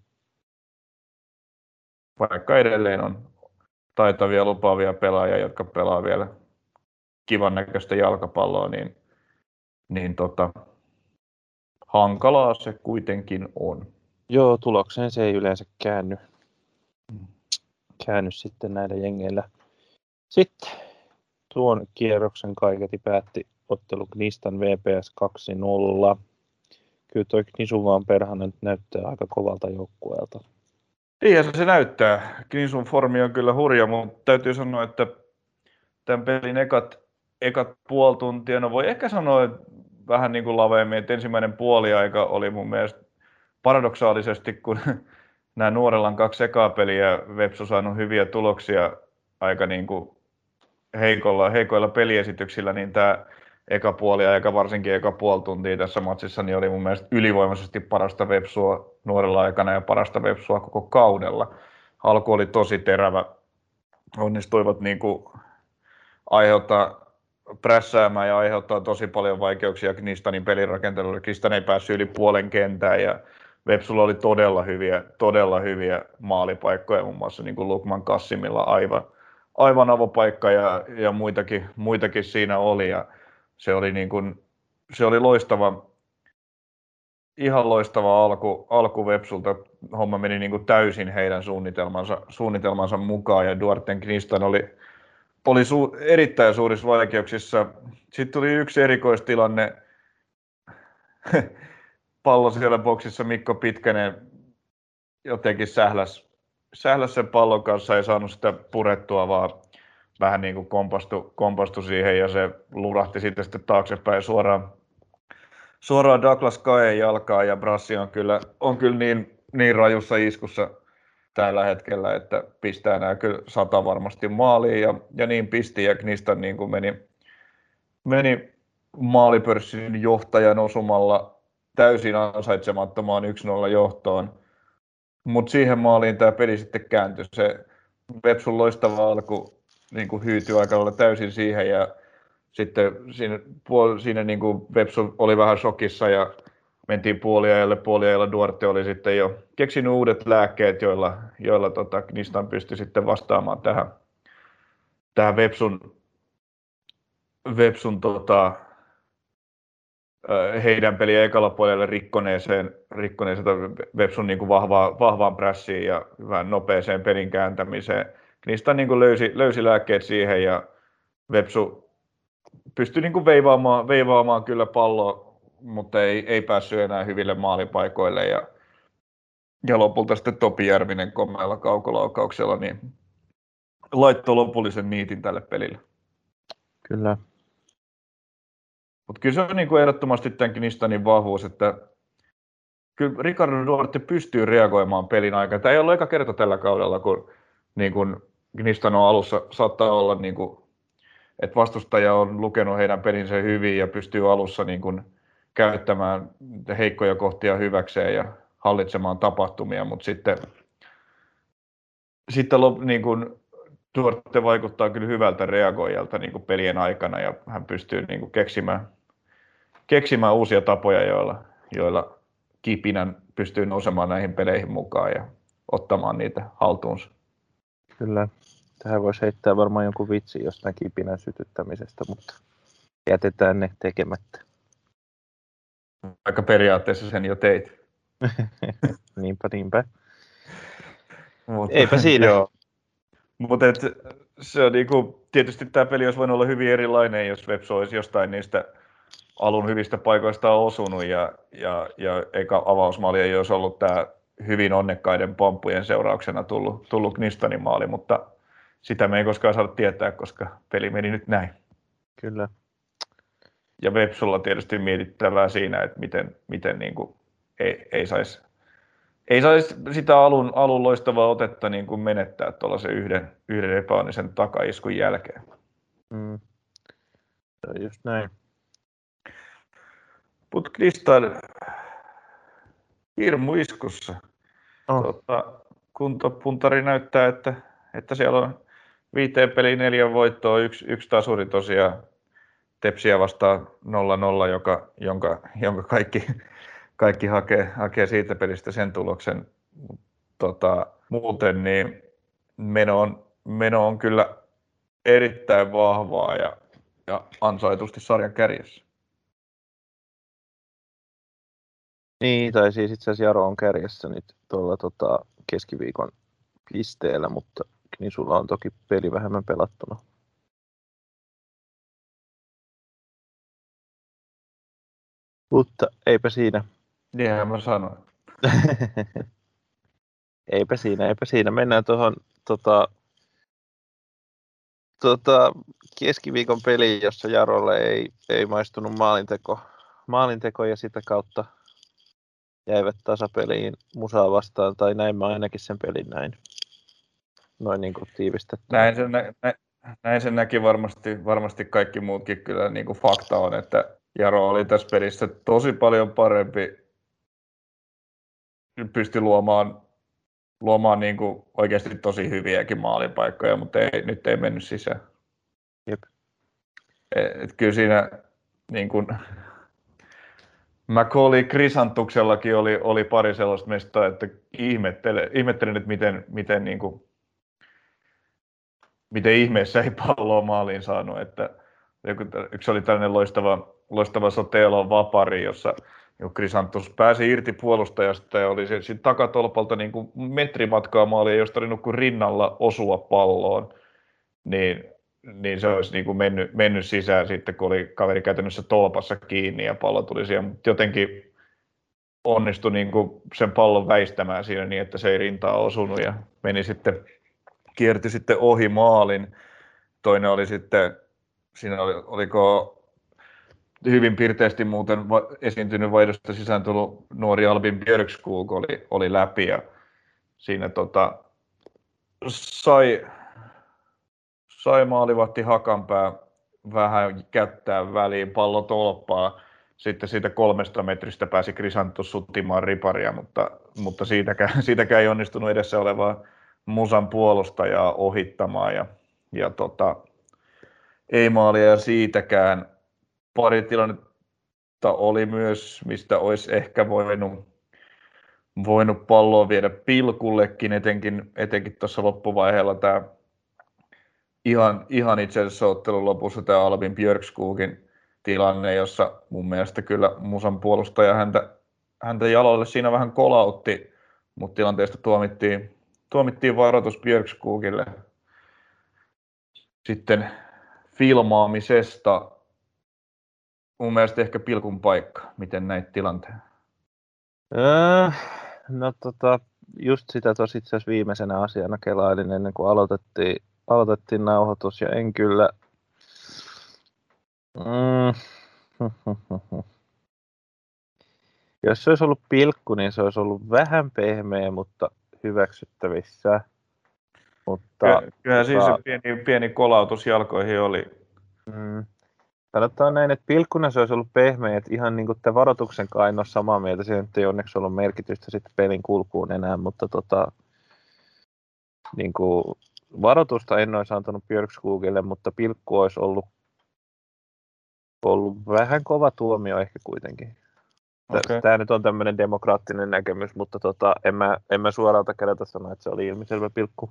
Vaikka edelleen on taitavia, lupaavia pelaajia, jotka pelaa vielä kivan näköistä jalkapalloa, niin, niin tota, hankalaa se kuitenkin on. Joo, tulokseen se ei yleensä käänny, käänny sitten näillä jengeillä. Sitten tuon kierroksen kaiketi päätti ottelu Knistan V P S kaksi nolla. Kyllä toi Knisun vaan perhana näyttää aika kovalta joukkueelta. Niinhän se näyttää. Knisun formi on kyllä hurja, mutta täytyy sanoa, että tämän pelin ekat, ekat puoli tuntia, no voi ehkä sanoa että vähän niin kuin laveemmin, että ensimmäinen puoliaika oli mun mielestä paradoksaalisesti, kun nämä Nuorelan kaksi ekaa peliä Veps on saanut hyviä tuloksia aika niin kuin heikoilla, heikoilla peliesityksillä, niin tämä eka puoli ja eka varsinkin eka puoli tuntia tässä matsissa niin oli mun mielestä ylivoimaisesti parasta Vepsua Nuorella aikana ja parasta Vepsua koko kaudella. Alku oli tosi terävä, onnistuivat niin kuin aiheuttaa prässäämään ja aiheuttaa tosi paljon vaikeuksia Knistanin pelirakentelulle. Knistan ei päässyt yli puolen kentään ja Vepsulla oli todella hyviä, todella hyviä maalipaikkoja, muun muassa niin kuin Lukman Kassimilla aivan, aivan avopaikka ja, ja muitakin, muitakin siinä oli. Ja se oli, niin kuin, se oli loistava, ihan loistava alku, alku Vepsulta. Homma meni niin kuin täysin heidän suunnitelmansa, suunnitelmansa mukaan ja Duarten Knistan oli oli su- erittäin suurissa vaikeuksissa. Sitten tuli yksi erikoistilanne. Pallo siellä boksissa, Mikko Pitkänen jotenkin sähläs, sähläs sen pallon kanssa, ei saanut sitä purettua, vaan vähän niin kuin kompastui, kompastui siihen ja se lurahti sitten, sitten taaksepäin suoraan, suoraan Douglas Kaen jalkaan ja Brassi on kyllä, on kyllä niin, niin rajussa iskussa, tällä hetkellä, että pistää nämä kyllä sata varmasti maaliin ja, ja niin pisti ja Knistan niin kuin meni, meni maalipörssin johtajan osumalla täysin ansaitsemattomaan yksi nolla johtoon, mutta siihen maaliin tämä peli sitten kääntyi. Se Vepsun loistava alku niin kuin hyytyi aika lailla täysin siihen ja sitten siinä, puol- siinä niin kuin Vepsu oli vähän shokissa ja mentiin puoliajalle. Puoliajalla Duarte oli sitten jo keksinyt uudet lääkkeet, joilla, joilla tota, Knistan pystyi sitten vastaamaan tähän, tähän Vepsun, Vepsun tota, heidän peliä ekalla puolella rikkoneeseen, rikkoneeseen Vepsun niin kuin vahvaan, vahvaan prässiin ja vähän nopeeseen pelin kääntämiseen. Knistan niin kuin löysi, löysi lääkkeet siihen ja Vepsu pystyi niin kuin veivaamaan, veivaamaan kyllä palloa, mutta ei, ei päässyt enää hyville maalipaikoille. Ja, ja lopulta sitten Topi Järvinen komealla kaukolaukauksella niin laittoi lopullisen niitin tälle pelille. Kyllä. Mutta kyllä se on niin kuin ehdottomasti tämän Knistanin vahvuus, että kyllä Ricardo Duarte pystyy reagoimaan pelin aikana. Tämä ei ollut eka kerta tällä kaudella, kun niin kuin Knistan on alussa saattaa olla, niin kuin, että vastustaja on lukenut heidän pelinsä hyvin ja pystyy alussa niin kuin käyttämään heikkoja kohtia hyväkseen ja hallitsemaan tapahtumia, mutta sitten, sitten niin kuin Duarte vaikuttaa kyllä hyvältä reagoijalta niin kuin pelien aikana ja hän pystyy niin kuin keksimään, keksimään uusia tapoja, joilla, joilla kipinän pystyy nousemaan näihin peleihin mukaan ja ottamaan niitä haltuunsa. Kyllä. Tähän voisi heittää varmaan jonkun vitsi jostain kipinän sytyttämisestä, mutta jätetään ne tekemättä. Vaikka periaatteessa sen jo teit. niinpä, niinpä. Mutta, Eipä siinä. Joo. Mutta se on niinku, tietysti tämä peli olisi voinut olla hyvin erilainen, jos Vepsu olisi jostain niistä alun hyvistä paikoista osunut ja, ja, ja eikä avausmaali ei olisi ollut tämä hyvin onnekkaiden pomppujen seurauksena tullut, tullut Knistanin maali, mutta sitä me ei koskaan saada tietää, koska peli meni nyt näin. Kyllä. Ja Vepsulla tietysti mietittävää siinä, että miten, miten niin kuin ei, ei saisi ei sais sitä alun, alun loistavaa otetta niin kuin menettää tuollaisen yhden, yhden epäonnisen takaiskun jälkeen. Mm. Se on just näin. Mutta Knistan hirmu iskussa. Oh. Tota, kuntopuntari näyttää, että, että siellä on viiteen peliin neljän voittoa, yksi, yksi tasuri tosiaan Tepsiä vastaan nolla nolla, joka, jonka, jonka kaikki, kaikki hakee, hakee siitä pelistä sen tuloksen. Tota, muuten niin meno on, meno on kyllä erittäin vahvaa ja, ja ansaitusti sarjan kärjessä. Niin, tai siis itse asiassa Jaro on kärjessä nyt tuolla tota, keskiviikon pisteellä, mutta Knisulla on toki peli vähemmän pelattuna. Mutta eipä siinä. Niinhän mä sanoin. eipä siinä, eipä siinä. Mennään tuohon tota, tota, keskiviikon peliin, jossa Jarolle ei, ei maistunut maalinteko, maalinteko ja sitä kautta jäivät tasapeliin Musaa vastaan, tai näin mä ainakin sen pelin näin. Noin niin kuin tiivistettynä. Näin sen, nä, näin sen näki varmasti, varmasti kaikki muutkin kyllä, niin kuin fakta on, että Jaro oli tässä pelissä tosi paljon parempi, pystyi luomaan, luomaan niin kuin oikeasti tosi hyviäkin maalipaikkoja, mutta ei, nyt ei mennyt sisään. Jep. Et kyllä siinä niin kuin Macaulay Krisantuksellakin oli, oli pari sellaista mestaa, että ihmettelen, ihmettelen että miten, miten, niin kuin, miten ihmeessä ei palloa maaliin saanut. Että yksi oli tällainen loistava, loistava Soteelon vapari, jossa Krisantus pääsi irti puolustajasta ja oli siinä takatolpalta niin kuin metrimatkaa maaliin, josta oli kuin rinnalla osua palloon. Niin niin se olisi niin kuin mennyt, mennyt sisään sitten, kun oli kaveri käytännössä tolpassa kiinni ja pallo tuli siihen, mutta jotenkin onnistui niin kuin sen pallon väistämään siinä niin, että se ei rintaa osunut ja meni sitten, kierti sitten ohi maalin. Toinen oli sitten, siinä oli, oliko hyvin pirteästi muuten esiintynyt vaihdosta sisään tullut nuori Albin Björkskog oli, oli läpi ja siinä tota, sai, sai maalivahti Hakanpää vähän kättää väliin, pallo tolppaa. Sitten siitä kolmesta metristä pääsi Krisantus suttimaan riparia, mutta, mutta siitäkään, siitäkään ei onnistunut edessä olevaa Musan puolustajaa ohittamaan. Ja, ja tota, ei maalia siitäkään. Pari tilannetta oli myös, mistä olisi ehkä voinut, voinut palloa viedä pilkullekin, etenkin, etenkin tuossa loppuvaiheella tämä ihan, ihan itse asiassa ottelun lopussa tämä Albin Björkskogin tilanne, jossa mun mielestä kyllä Musan puolustaja häntä, häntä jaloille siinä vähän kolautti, mutta tilanteesta tuomittiin, tuomittiin varoitus Björkskogille. Sitten filmaamisesta mun mielestä ehkä pilkun paikka. Miten näit tilanteen? Öö, no tota, just sitä tosi itse asiassa viimeisenä asiana kelailin ennen kuin aloitettiin, aloitettiin nauhoitus ja en kyllä... Mm. Jos se olisi ollut pilkku, niin se olisi ollut vähän pehmeä, mutta hyväksyttävissä. Mutta, Kyllähän siis se pieni, pieni kolautus jalkoihin oli. Mm. Sanotaan näin, että pilkkuna se olisi ollut pehmeä, että ihan niin kuin tämän varoituksen kai en ole samaa mieltä, se ei onneksi ollut merkitystä sitten pelin kulkuun enää, mutta tota, niin kuin, varoitusta en olisi antanut Björkskogille, mutta pilkku olisi ollut, ollut vähän kova tuomio ehkä kuitenkin. Okay. Tämä nyt on tämmöinen demokraattinen näkemys, mutta tota, en, mä, en mä suoralta kädeltä sano, että se oli ilmiselvä pilkku.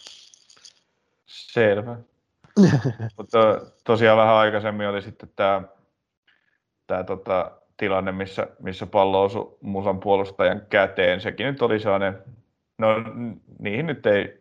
Selvä. Mutta tosiaan vähän aikaisemmin oli sitten tämä, tämä tota, tilanne, missä, missä pallo osui Musan puolustajan käteen. Sekin nyt oli sellainen, no niihin nyt ei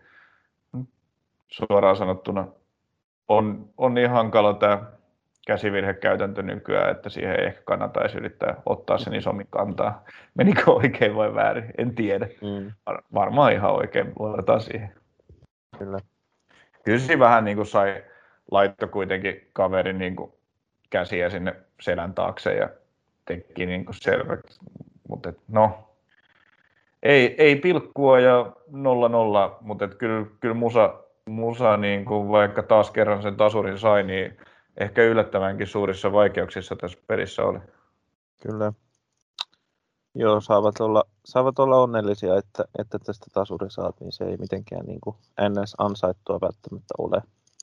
suoraan sanottuna on, on niin hankala tämä käsivirhekäytäntö nykyään, että siihen ei ehkä kannata edes yrittää ottaa sen isommin kantaa. Menikö oikein vai väärin? En tiedä. Mm. Var, varmaan ihan oikein luotetaan siihen. Kyllä. Kyllä se vähän niin kuin sai laitto kuitenkin kaverin niin kuin käsiä sinne selän taakse ja teki niin kuin selväksi. Mutta no, ei, ei pilkkua ja nolla nolla, mutta kyllä, kyllä Musa, Musa niin kuin vaikka taas kerran sen tasurin sai, niin ehkä yllättävänkin suurissa vaikeuksissa tässä pelissä oli. Kyllä. Joo, saavat olla, saavat olla onnellisia, että, että tästä tasuri saat, niin se ei mitenkään niin kuin N S-ansaittua välttämättä ole.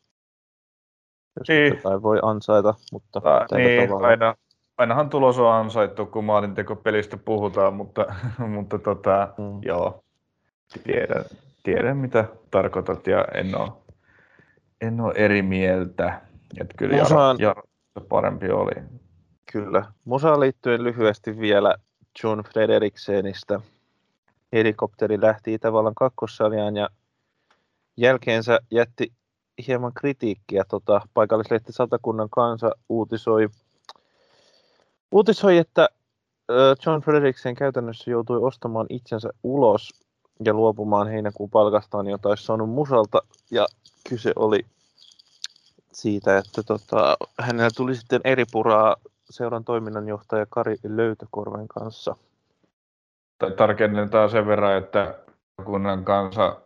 Jos niin. Jotain voi ansaita, mutta ah, niin, aina, ainahan tulos on ansaittu, kun maalintekopelistä puhutaan, mutta, mutta tota, mm. joo, tiedän, tiedän mitä tarkoitat ja en ole, en ole eri mieltä. Että kyllä Musaan... Jaro, Jaro parempi oli. Kyllä. Musaan liittyen lyhyesti vielä John Frederiksenistä. Helikopteri lähti Itävallan kakkossarjaan ja jälkeensä jätti hieman kritiikkiä. Tota, paikallislehti Satakunnan Kansa uutisoi, uutisoi, että John Frederiksen käytännössä joutui ostamaan itsensä ulos ja luopumaan heinäkuun palkastaan, jota olisi saanut Musalta. Ja kyse oli siitä, että tota, hänellä tuli sitten eri puraa seuran toiminnanjohtaja Kari Löytökorven kanssa. Tarkennetaan sen verran, että kunnan kanssa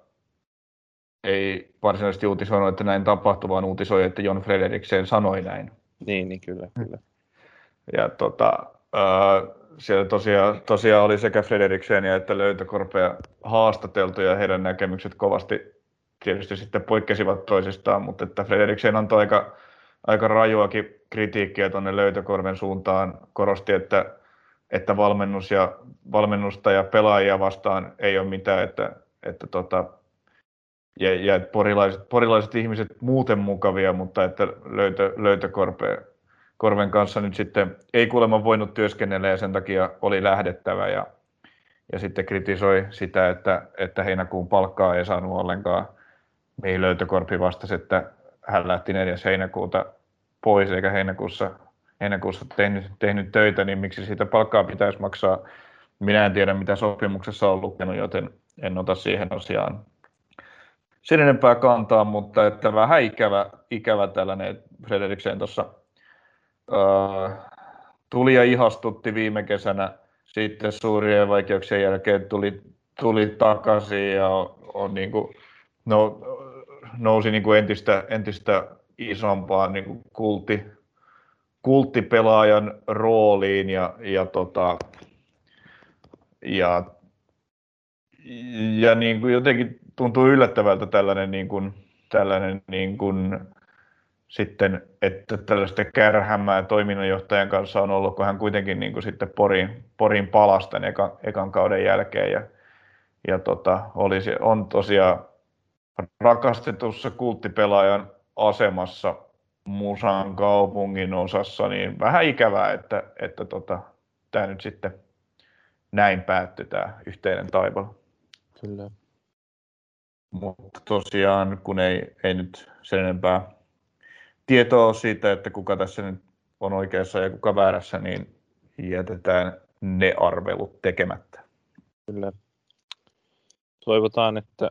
ei varsinaisesti uutisoinut, että näin tapahtui, vaan uutisoi, että John Frederiksen sanoi näin. Niin, niin kyllä, kyllä. Ja tota, äh, siellä tosiaan, tosiaan oli sekä Frederiksenia että Löytökorpea haastateltu ja heidän näkemykset kovasti tietysti sitten poikkesivat toisistaan, mutta että Frederiksen antoi aika, aika rajuakin kritiikkiä tuonne Löytökorven suuntaan, korosti, että, että valmennus ja, valmennusta ja pelaajia vastaan ei ole mitään, että, että tota, ja, ja porilaiset, porilaiset ihmiset muuten mukavia, mutta että löytö, Löytökorven Korven kanssa nyt sitten ei kuulemma voinut työskennellä ja sen takia oli lähdettävä ja, ja sitten kritisoi sitä, että, että heinäkuun palkkaa ei saanut ollenkaan, mihin Löytökorpi vastasi, että hän lähti neljäs heinäkuuta pois eikä heinäkuussa, heinäkuussa tehnyt, tehnyt töitä, niin miksi siitä palkkaa pitäisi maksaa. Minä en tiedä, mitä sopimuksessa on lukenut, joten en ota siihen asiaan sen enempää kantaa, mutta että vähän ikävä, ikävä tällainen Frederiksen tuossa uh, tuli ja ihastutti viime kesänä. Sitten suurien vaikeuksien jälkeen tuli, tuli takaisin ja on, on niin kuin, no, nousi niin kuin entistä, entistä isompaan niin kuin kultti, kulttipelaajan rooliin ja, ja, tota, ja, ja niin kuin jotenkin tuntuu yllättävältä tällainen, niin kuin, tällainen niin kuin, sitten, että tällaista kärhämää toiminnanjohtajan kanssa on ollut, kun hän kuitenkin niin kuin sitten Porin, Porin palasi tämän ekan, ekan kauden jälkeen ja, ja tota, olisi, on tosiaan rakastetussa kulttipelaajan asemassa Musan kaupungin osassa, niin vähän ikävää, että, että tota, tämä nyt sitten näin päättyi tämä yhteinen taival. Kyllä. Mutta tosiaan, kun ei, ei nyt sen enempää tietoa ole siitä, että kuka tässä nyt on oikeassa ja kuka väärässä, niin jätetään ne arvelut tekemättä. Kyllä. Toivotaan, että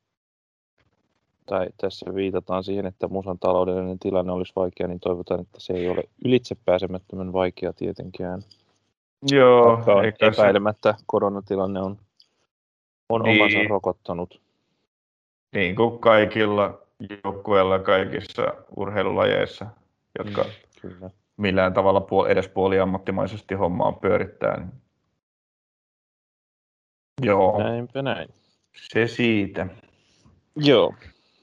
tai tässä viitataan siihen, että Musan taloudellinen tilanne olisi vaikea, niin toivotaan, että se ei ole ylitsepääsemättömän vaikea tietenkään. Joo, on eikä epäilemättä se... koronatilanne on, on niin, omansa rokottanut. Niin kuin kaikilla joukkueilla kaikissa urheilulajeissa, jotka mm, kyllä. millään tavalla puol- edes puoliammattimaisesti hommaa pyörittää. Niin... Joo. Näinpä näin. Se siitä. Joo.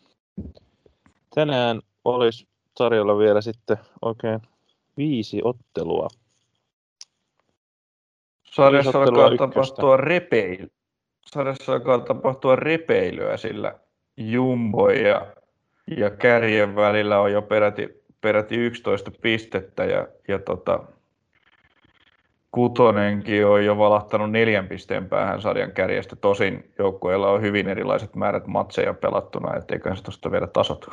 Tänään olisi tarjolla vielä sitten oikein viisi ottelua. Sarjassa alkaa tapahtua repeily. Sarjassa alkaa tapahtua repeilyä, sillä Jumbo ja, ja Kärjen välillä on jo peräti, peräti yksitoista pistettä ja, ja tota, Kutonenkin on jo valahtanut neljän pisteen päähän sarjan kärjestä. Tosin joukkueilla on hyvin erilaiset määrät matseja pelattuna, etteiköhän se tuosta vielä tasoitu.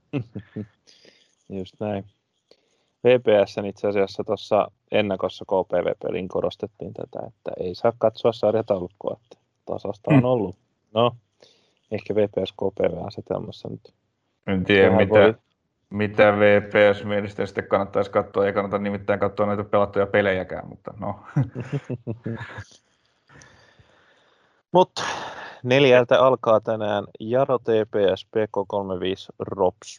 Just näin. V P S:n itse asiassa tuossa ennakossa K P V-pelin korostettiin tätä, että ei saa katsoa sarjataulukkoa, että tasasta on ollut. No, ehkä V P S K P V-asetelmassa nyt. En tiedä, mitä, voi... mitä V P S mielestäni sitten kannattaisi katsoa. Ei kannata nimittäin katsoa näitä pelattuja pelejäkään, mutta no. Mutta neljältä alkaa tänään Jaro T P S, P K kolmekymmentäviisi, Rops.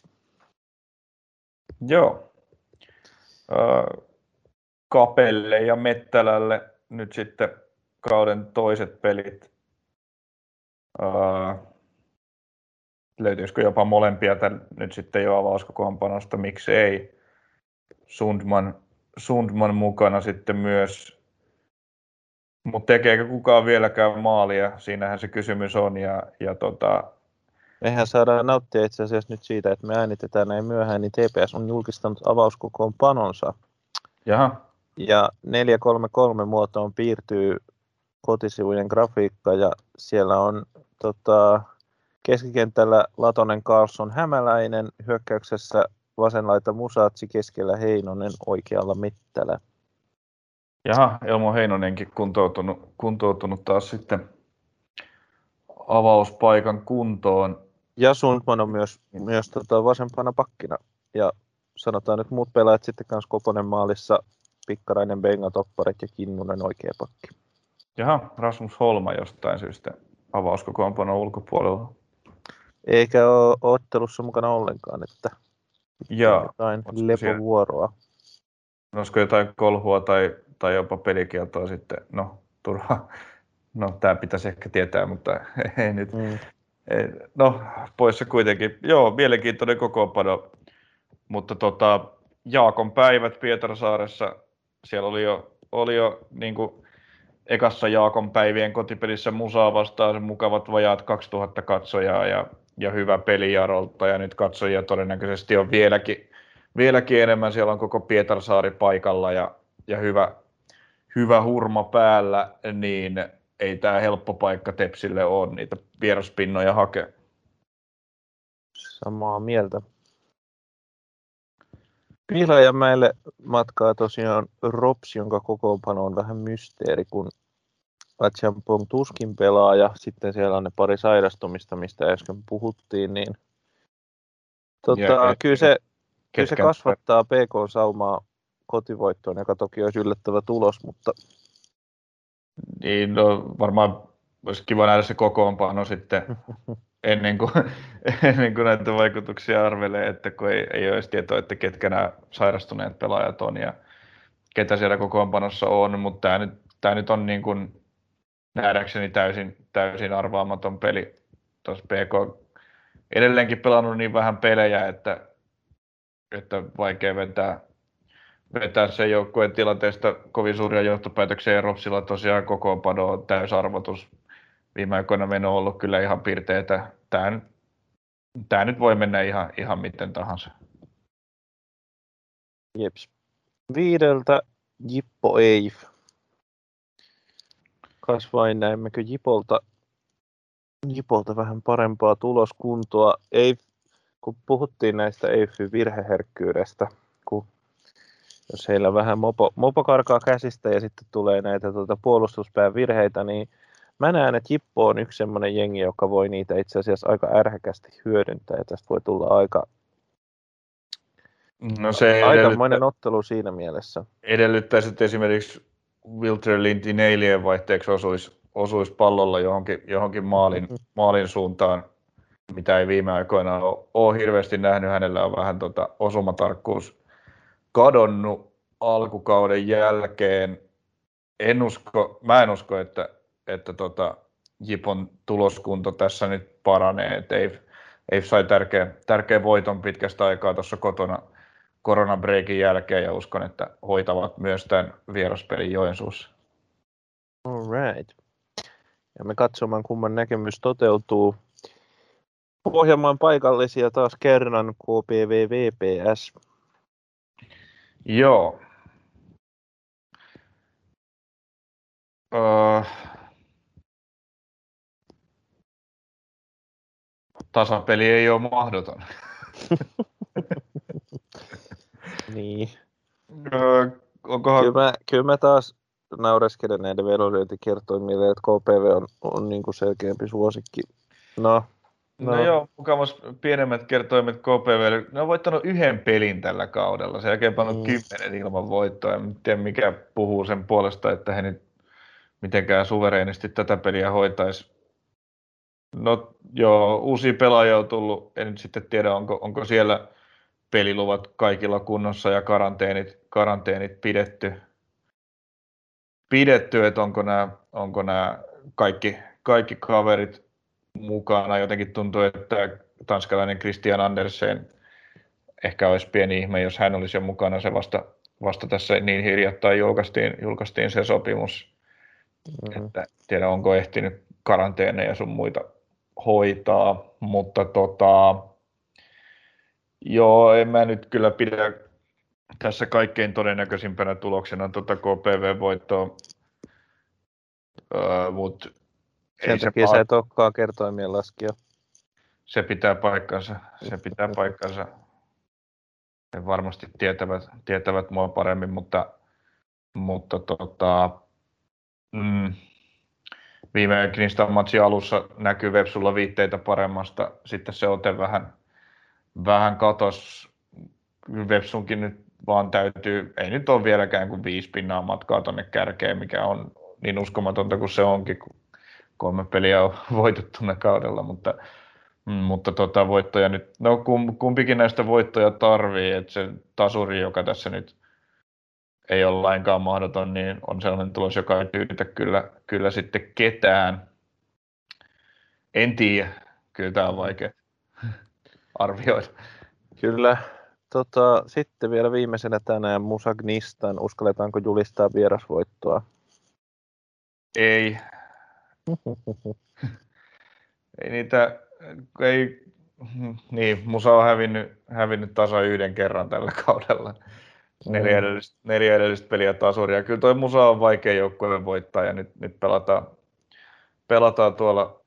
Joo. Uh, Kapelle ja Mettälälle nyt sitten kauden toiset pelit. Uh, löytyisikö jopa molempia tämän, nyt sitten jo avauskokoonpanosta, miksi ei. Sundman, Sundman mukana sitten myös. Mutta tekeekö kukaan vieläkään maalia? Siinähän se kysymys on. Ja, ja tota... Mehän saadaan nauttia itse asiassa nyt siitä, että me äänitetään näin myöhään, niin T P S on julkistanut avauskokoonpanonsa. Jaha. Ja neljä kolme kolme muotoon piirtyy kotisivujen grafiikka ja siellä on tota, keskikentällä Latonen, Karlsson, Hämäläinen, hyökkäyksessä vasenlaita Musatsi, keskellä Heinonen, oikealla Mettälä. Jaha, Elmo Heinonenkin kuntoutunut, kuntoutunut taas sitten avauspaikan kuntoon. Ja Sundman on myös, myös tota vasempana pakkina. Ja sanotaan nyt muut pelaajat sitten kanssa Koponen maalissa, Pikkarainen, Benga, Topparet ja Kinnunen oikea pakki. Jaha, Rasmus Holma jostain syystä avauskokoonpanon ulkopuolella. Eikä ole ottelussa mukana ollenkaan, että jotain lepovuoroa. Olisiko jotain kolhua tai, tai jopa pelikieltoa sitten? No, turha. No, tämä pitäisi ehkä tietää, mutta ei nyt. Mm. Ei, no, poissa kuitenkin. Joo, mielenkiintoinen kokoonpano. Mutta tota, Jaakon päivät Pietarsaaressa, siellä oli jo, oli jo niin kuin ekassa Jaakon päivien kotipelissä Musaa vastaan mukavat vajaat kaksituhatta katsojaa ja, ja hyvä peli Jarolta. Ja nyt katsojia todennäköisesti on vieläkin, vieläkin enemmän. Siellä on koko Pietarsaari paikalla ja, ja hyvä, hyvä hurma päällä, niin ei tämä helppo paikka Tepsille ole niitä vieraspinnoja hakea. Samaa mieltä. Pihlajanmäelle matkaa tosiaan Rops, jonka kokoonpano on vähän mysteeri, kun Achampong tuskin pelaa ja sitten siellä on ne pari sairastumista, mistä äsken puhuttiin, niin tota, et, kyllä, se, kyllä se kasvattaa P K-saumaa kotivoittoon, joka toki olisi yllättävä tulos, mutta niin, no, varmaan olisi kiva nähdä se kokoonpano sitten ennen kuin, ennen kuin näitä vaikutuksia arvelee, että kun ei, ei ole edes tietoa, että ketkä nämä sairastuneet pelaajat on ja ketä siellä kokoonpanossa on, mutta tämä nyt, tämä nyt on niin kuin nähdäkseni täysin, täysin arvaamaton peli. Tuossa P K edelleenkin pelannut niin vähän pelejä, että, että vaikea vetää, vetää sen joukkueen tilanteesta kovin suuria johtopäätöksiä, ja Ropsilla tosiaan kokoonpano on täysarvotus. Viime aikoina meno on ollut kyllä ihan pirteetä. Tämä, tämä nyt voi mennä ihan, ihan miten tahansa. Jeps. Viideltä Jippo Eif. Kas vain näemmekö Jipolta, Jipolta vähän parempaa tuloskuntoa. Eif, kun puhuttiin näistä Eifin virheherkkyydestä, kun jos heillä vähän mopo, mopo karkaa käsistä ja sitten tulee näitä tuota, puolustuspään virheitä, niin mä näen, että Jippo on yksi semmoinen jengi, joka voi niitä itse asiassa aika ärhäkästi hyödyntää, ja tästä voi tulla aika no se aikamoinen ottelu siinä mielessä. Edellyttäisi, että esimerkiksi Wilter Lintin eilien vaihteeksi osuisi, osuisi pallolla johonkin, johonkin maalin, mm-hmm. maalin suuntaan, mitä ei viime aikoina ole, ole hirveästi nähnyt. Hänellä on vähän tota osumatarkkuus kadonnut alkukauden jälkeen. En usko, mä en usko, että, että tota Jipon tuloskunto tässä nyt paranee. Et ei, ei sai tärkeä, tärkeä voiton pitkästä aikaa tuossa kotona koronabreikin jälkeen, ja uskon, että hoitavat myös tämän vieraspelin Joensuussa. All right. Ja me katsomaan, kumman näkemys toteutuu. Pohjanmaan paikallisia taas kerran K P V V P S. Joo. Öö, tasapeli ei ole mahdoton. Niin. Öö, onkohan... kyllä, mä, kyllä mä taas naureskelen näiden vedonlyöntikertoimille, että K P V on, on niin kuin selkeämpi suosikki. No, no. no joo, mukamas pienemmät kertoimet K P V. Ne on voittanut yhden pelin tällä kaudella. Sen jälkeen pannut mm. kymmenen ilman voittoa. En tiedä, mikä puhuu sen puolesta, että he nyt mitenkään suvereenisti tätä peliä hoitaisi. No joo, uusia pelaajia on tullut. En nyt sitten tiedä, onko, onko siellä peliluvat kaikilla kunnossa ja karanteenit, karanteenit pidetty. Pidetty, että onko nämä, onko nämä kaikki, kaikki kaverit mukana. Jotenkin tuntuu, että tanskalainen Christian Andersen ehkä olisi pieni ihme, jos hän olisi jo mukana. Se vasta, vasta tässä niin hiljattain julkaistiin, julkaistiin se sopimus. Mm-hmm. Että tiedä, onko ehtinyt karanteeneja sun muita hoitaa, mutta tota, joo, en mä nyt kyllä pidä tässä kaikkein todennäköisimpänä tuloksena tuota K P V-voittoa, öö, mutta sen takia sä et olekaan kertoimien laskija. Se pitää paikkansa, se pitää paikkansa. He varmasti tietävät, tietävät mua paremmin, mutta, mutta tota, mm, viime Knistan matsin alussa näkyy Vepsulla viitteitä paremmasta. Sitten se ote vähän, vähän katos. Vepsunkin nyt vaan täytyy, ei nyt ole vieläkään kuin viisi pinnaa matkaa tonne kärkeen, mikä on niin uskomatonta kuin se onkin, kun kolme peliä on voitettu tuonne kaudella, mutta, mutta tota, voittoja nyt, no kumpikin näistä voittoja tarvii, että se tasuri, joka tässä nyt ei ole lainkaan mahdoton, niin on sellainen tulos, joka ei tyydytä kyllä, kyllä sitten ketään. En tiedä, kyllä tämä on vaikea arvioida. Kyllä. Tota, sitten vielä viimeisenä tänään Musa Gnistan. Uskalletaanko julistaa vierasvoittoa? Ei. ei niitä, ei, niin, Musa on hävinnyt, hävinnyt tasa yhden kerran tällä kaudella. Neljä edellistä, neljä edellistä peliä tasuria. Kyllä toi Musa on vaikea joukkueen voittaa ja nyt, nyt pelataan, pelataan tuolla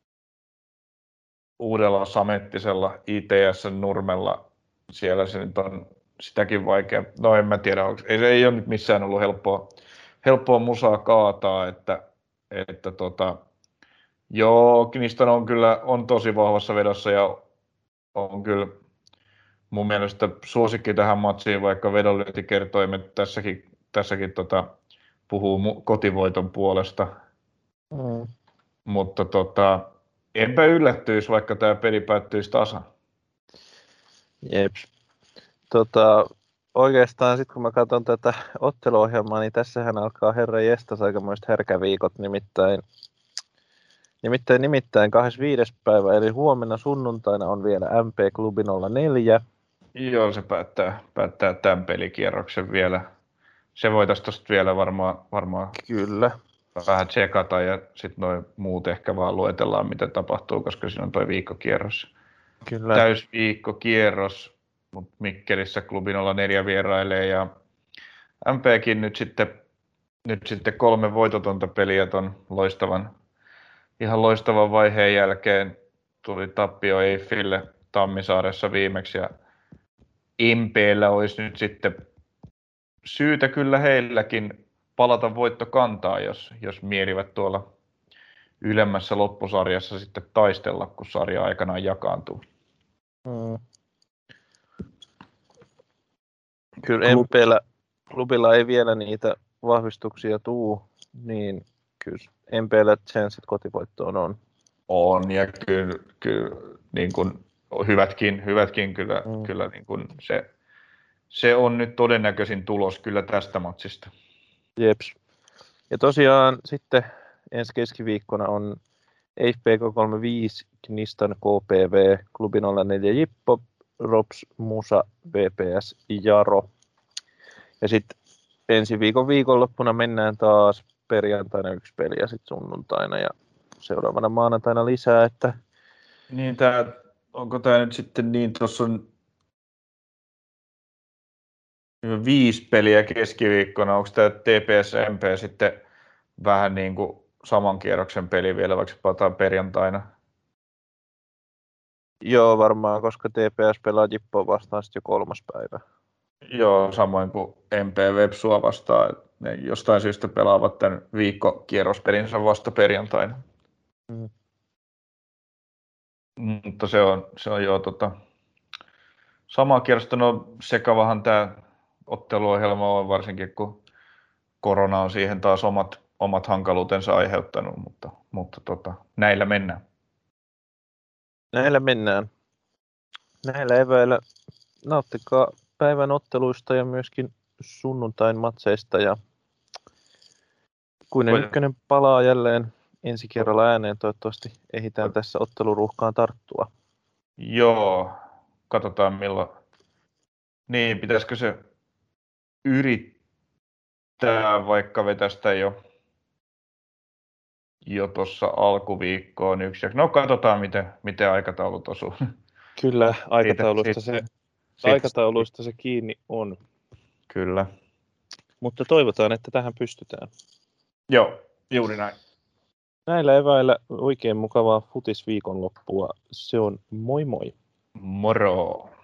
uudella samettisella I T S-nurmella. Siellä se nyt on sitäkin vaikea. No en mä tiedä, onko, ei, ei ole nyt missään ollut helppoa, helppoa Musaa kaataa, että, että tota, joo, Kniston on kyllä on tosi vahvassa vedossa ja on kyllä mun mielestä suosikki tähän matsiin, vaikka vedonlyöntikertoimet tässäkin, tässäkin tota, puhuu kotivoiton puolesta. Mm. mutta tota, enpä yllättyisi, vaikka tämä peli päättyisi tasan. Jeps. Tota, oikeastaan sitten kun mä katson tätä otteluohjelmaa, niin tässähän alkaa herra jestas aikamoiset härkäviikot, nimittäin Nimittäin, nimittäin kahdeskymmenesviides päivä, eli huomenna sunnuntaina on vielä M P-klubi nolla neljä. Joo, se päättää, päättää tämän pelikierroksen vielä. Se voitaisiin tuosta vielä varmaan, varmaan Kyllä. vähän tsekata ja sitten noin muut ehkä vaan luetellaan, mitä tapahtuu, koska siinä on toi viikkokierros. Kyllä. Täysviikkokierros, mutta Mikkelissä klubi nolla neljä vierailee ja M P:kin nyt sitten, nyt sitten kolme voitotonta peliä ton loistavan, ihan loistavan vaiheen jälkeen tuli tappio Eiffille Tammisaaressa viimeksi ja M P:llä olisi nyt sitten syytä kyllä heilläkin palata voittokantaa, jos, jos mielivät tuolla ylemmässä loppusarjassa sitten taistella, kun sarja aikanaan jakaantuu. Hmm. Kyllä Klub... M P:llä, klubilla ei vielä niitä vahvistuksia tuu, niin kyllä M P:llä chanssit kotivoittoon on. On, ja kyllä, kyllä niin kuin, hyvätkin, hyvätkin kyllä, hmm. kyllä niin kuin se, se on nyt todennäköisin tulos kyllä tästä matsista. Jeps. Ja tosiaan sitten ensi keskiviikkona on F P K kolmekymmentäviisi, Knistan K P V, Klubi nolla neljä Jippo, Rops, Musa, V P S, Jaro. Ja sitten ensi viikon viikonloppuna mennään taas perjantaina yksi peli ja sitten sunnuntaina ja seuraavana maanantaina lisää. Että... Niin tää, onko tämä nyt sitten niin, tuossa on viisi peliä keskiviikkona, onko tämä T P S M P sitten vähän niin kuin saman kierroksen peli vielä, vaikka palataan perjantaina? Joo, varmaan, koska T P S pelaa Jippoa vastaan sitten jo kolmas päivä. Joo, samoin kuin M P Vepsua vastaan. Ne jostain syystä pelaavat tämän viikkokierrospelinsä vasta perjantaina. Mm. Mutta se on, se on jo tota, samaa kierrosta. No sekavahan tämä otteluohjelma on, varsinkin kun korona on siihen taas omat, omat hankaluutensa aiheuttanut, mutta, mutta tota, näillä mennään. Näillä mennään. Näillä eväillä nauttikaa päivän otteluista ja myöskin sunnuntain matseista. Ja Kuinen ykkönen palaa jälleen ensi kerralla ääneen. Toivottavasti ehditään tässä otteluruuhkaan tarttua. Joo, katsotaan milloin. Niin, pitäisikö se yrittää vaikka vetästä jo, jo tuossa alkuviikkoon yksi. No katsotaan, miten, miten aikataulut osuu. Kyllä, aikatauluista, siitä, se, siitä, aikatauluista se kiinni on. Kyllä. Mutta toivotaan, että tähän pystytään. Joo, juuri näin. Näillä eväillä oikein mukavaa futisviikonloppua. Se on moi moi. Moro.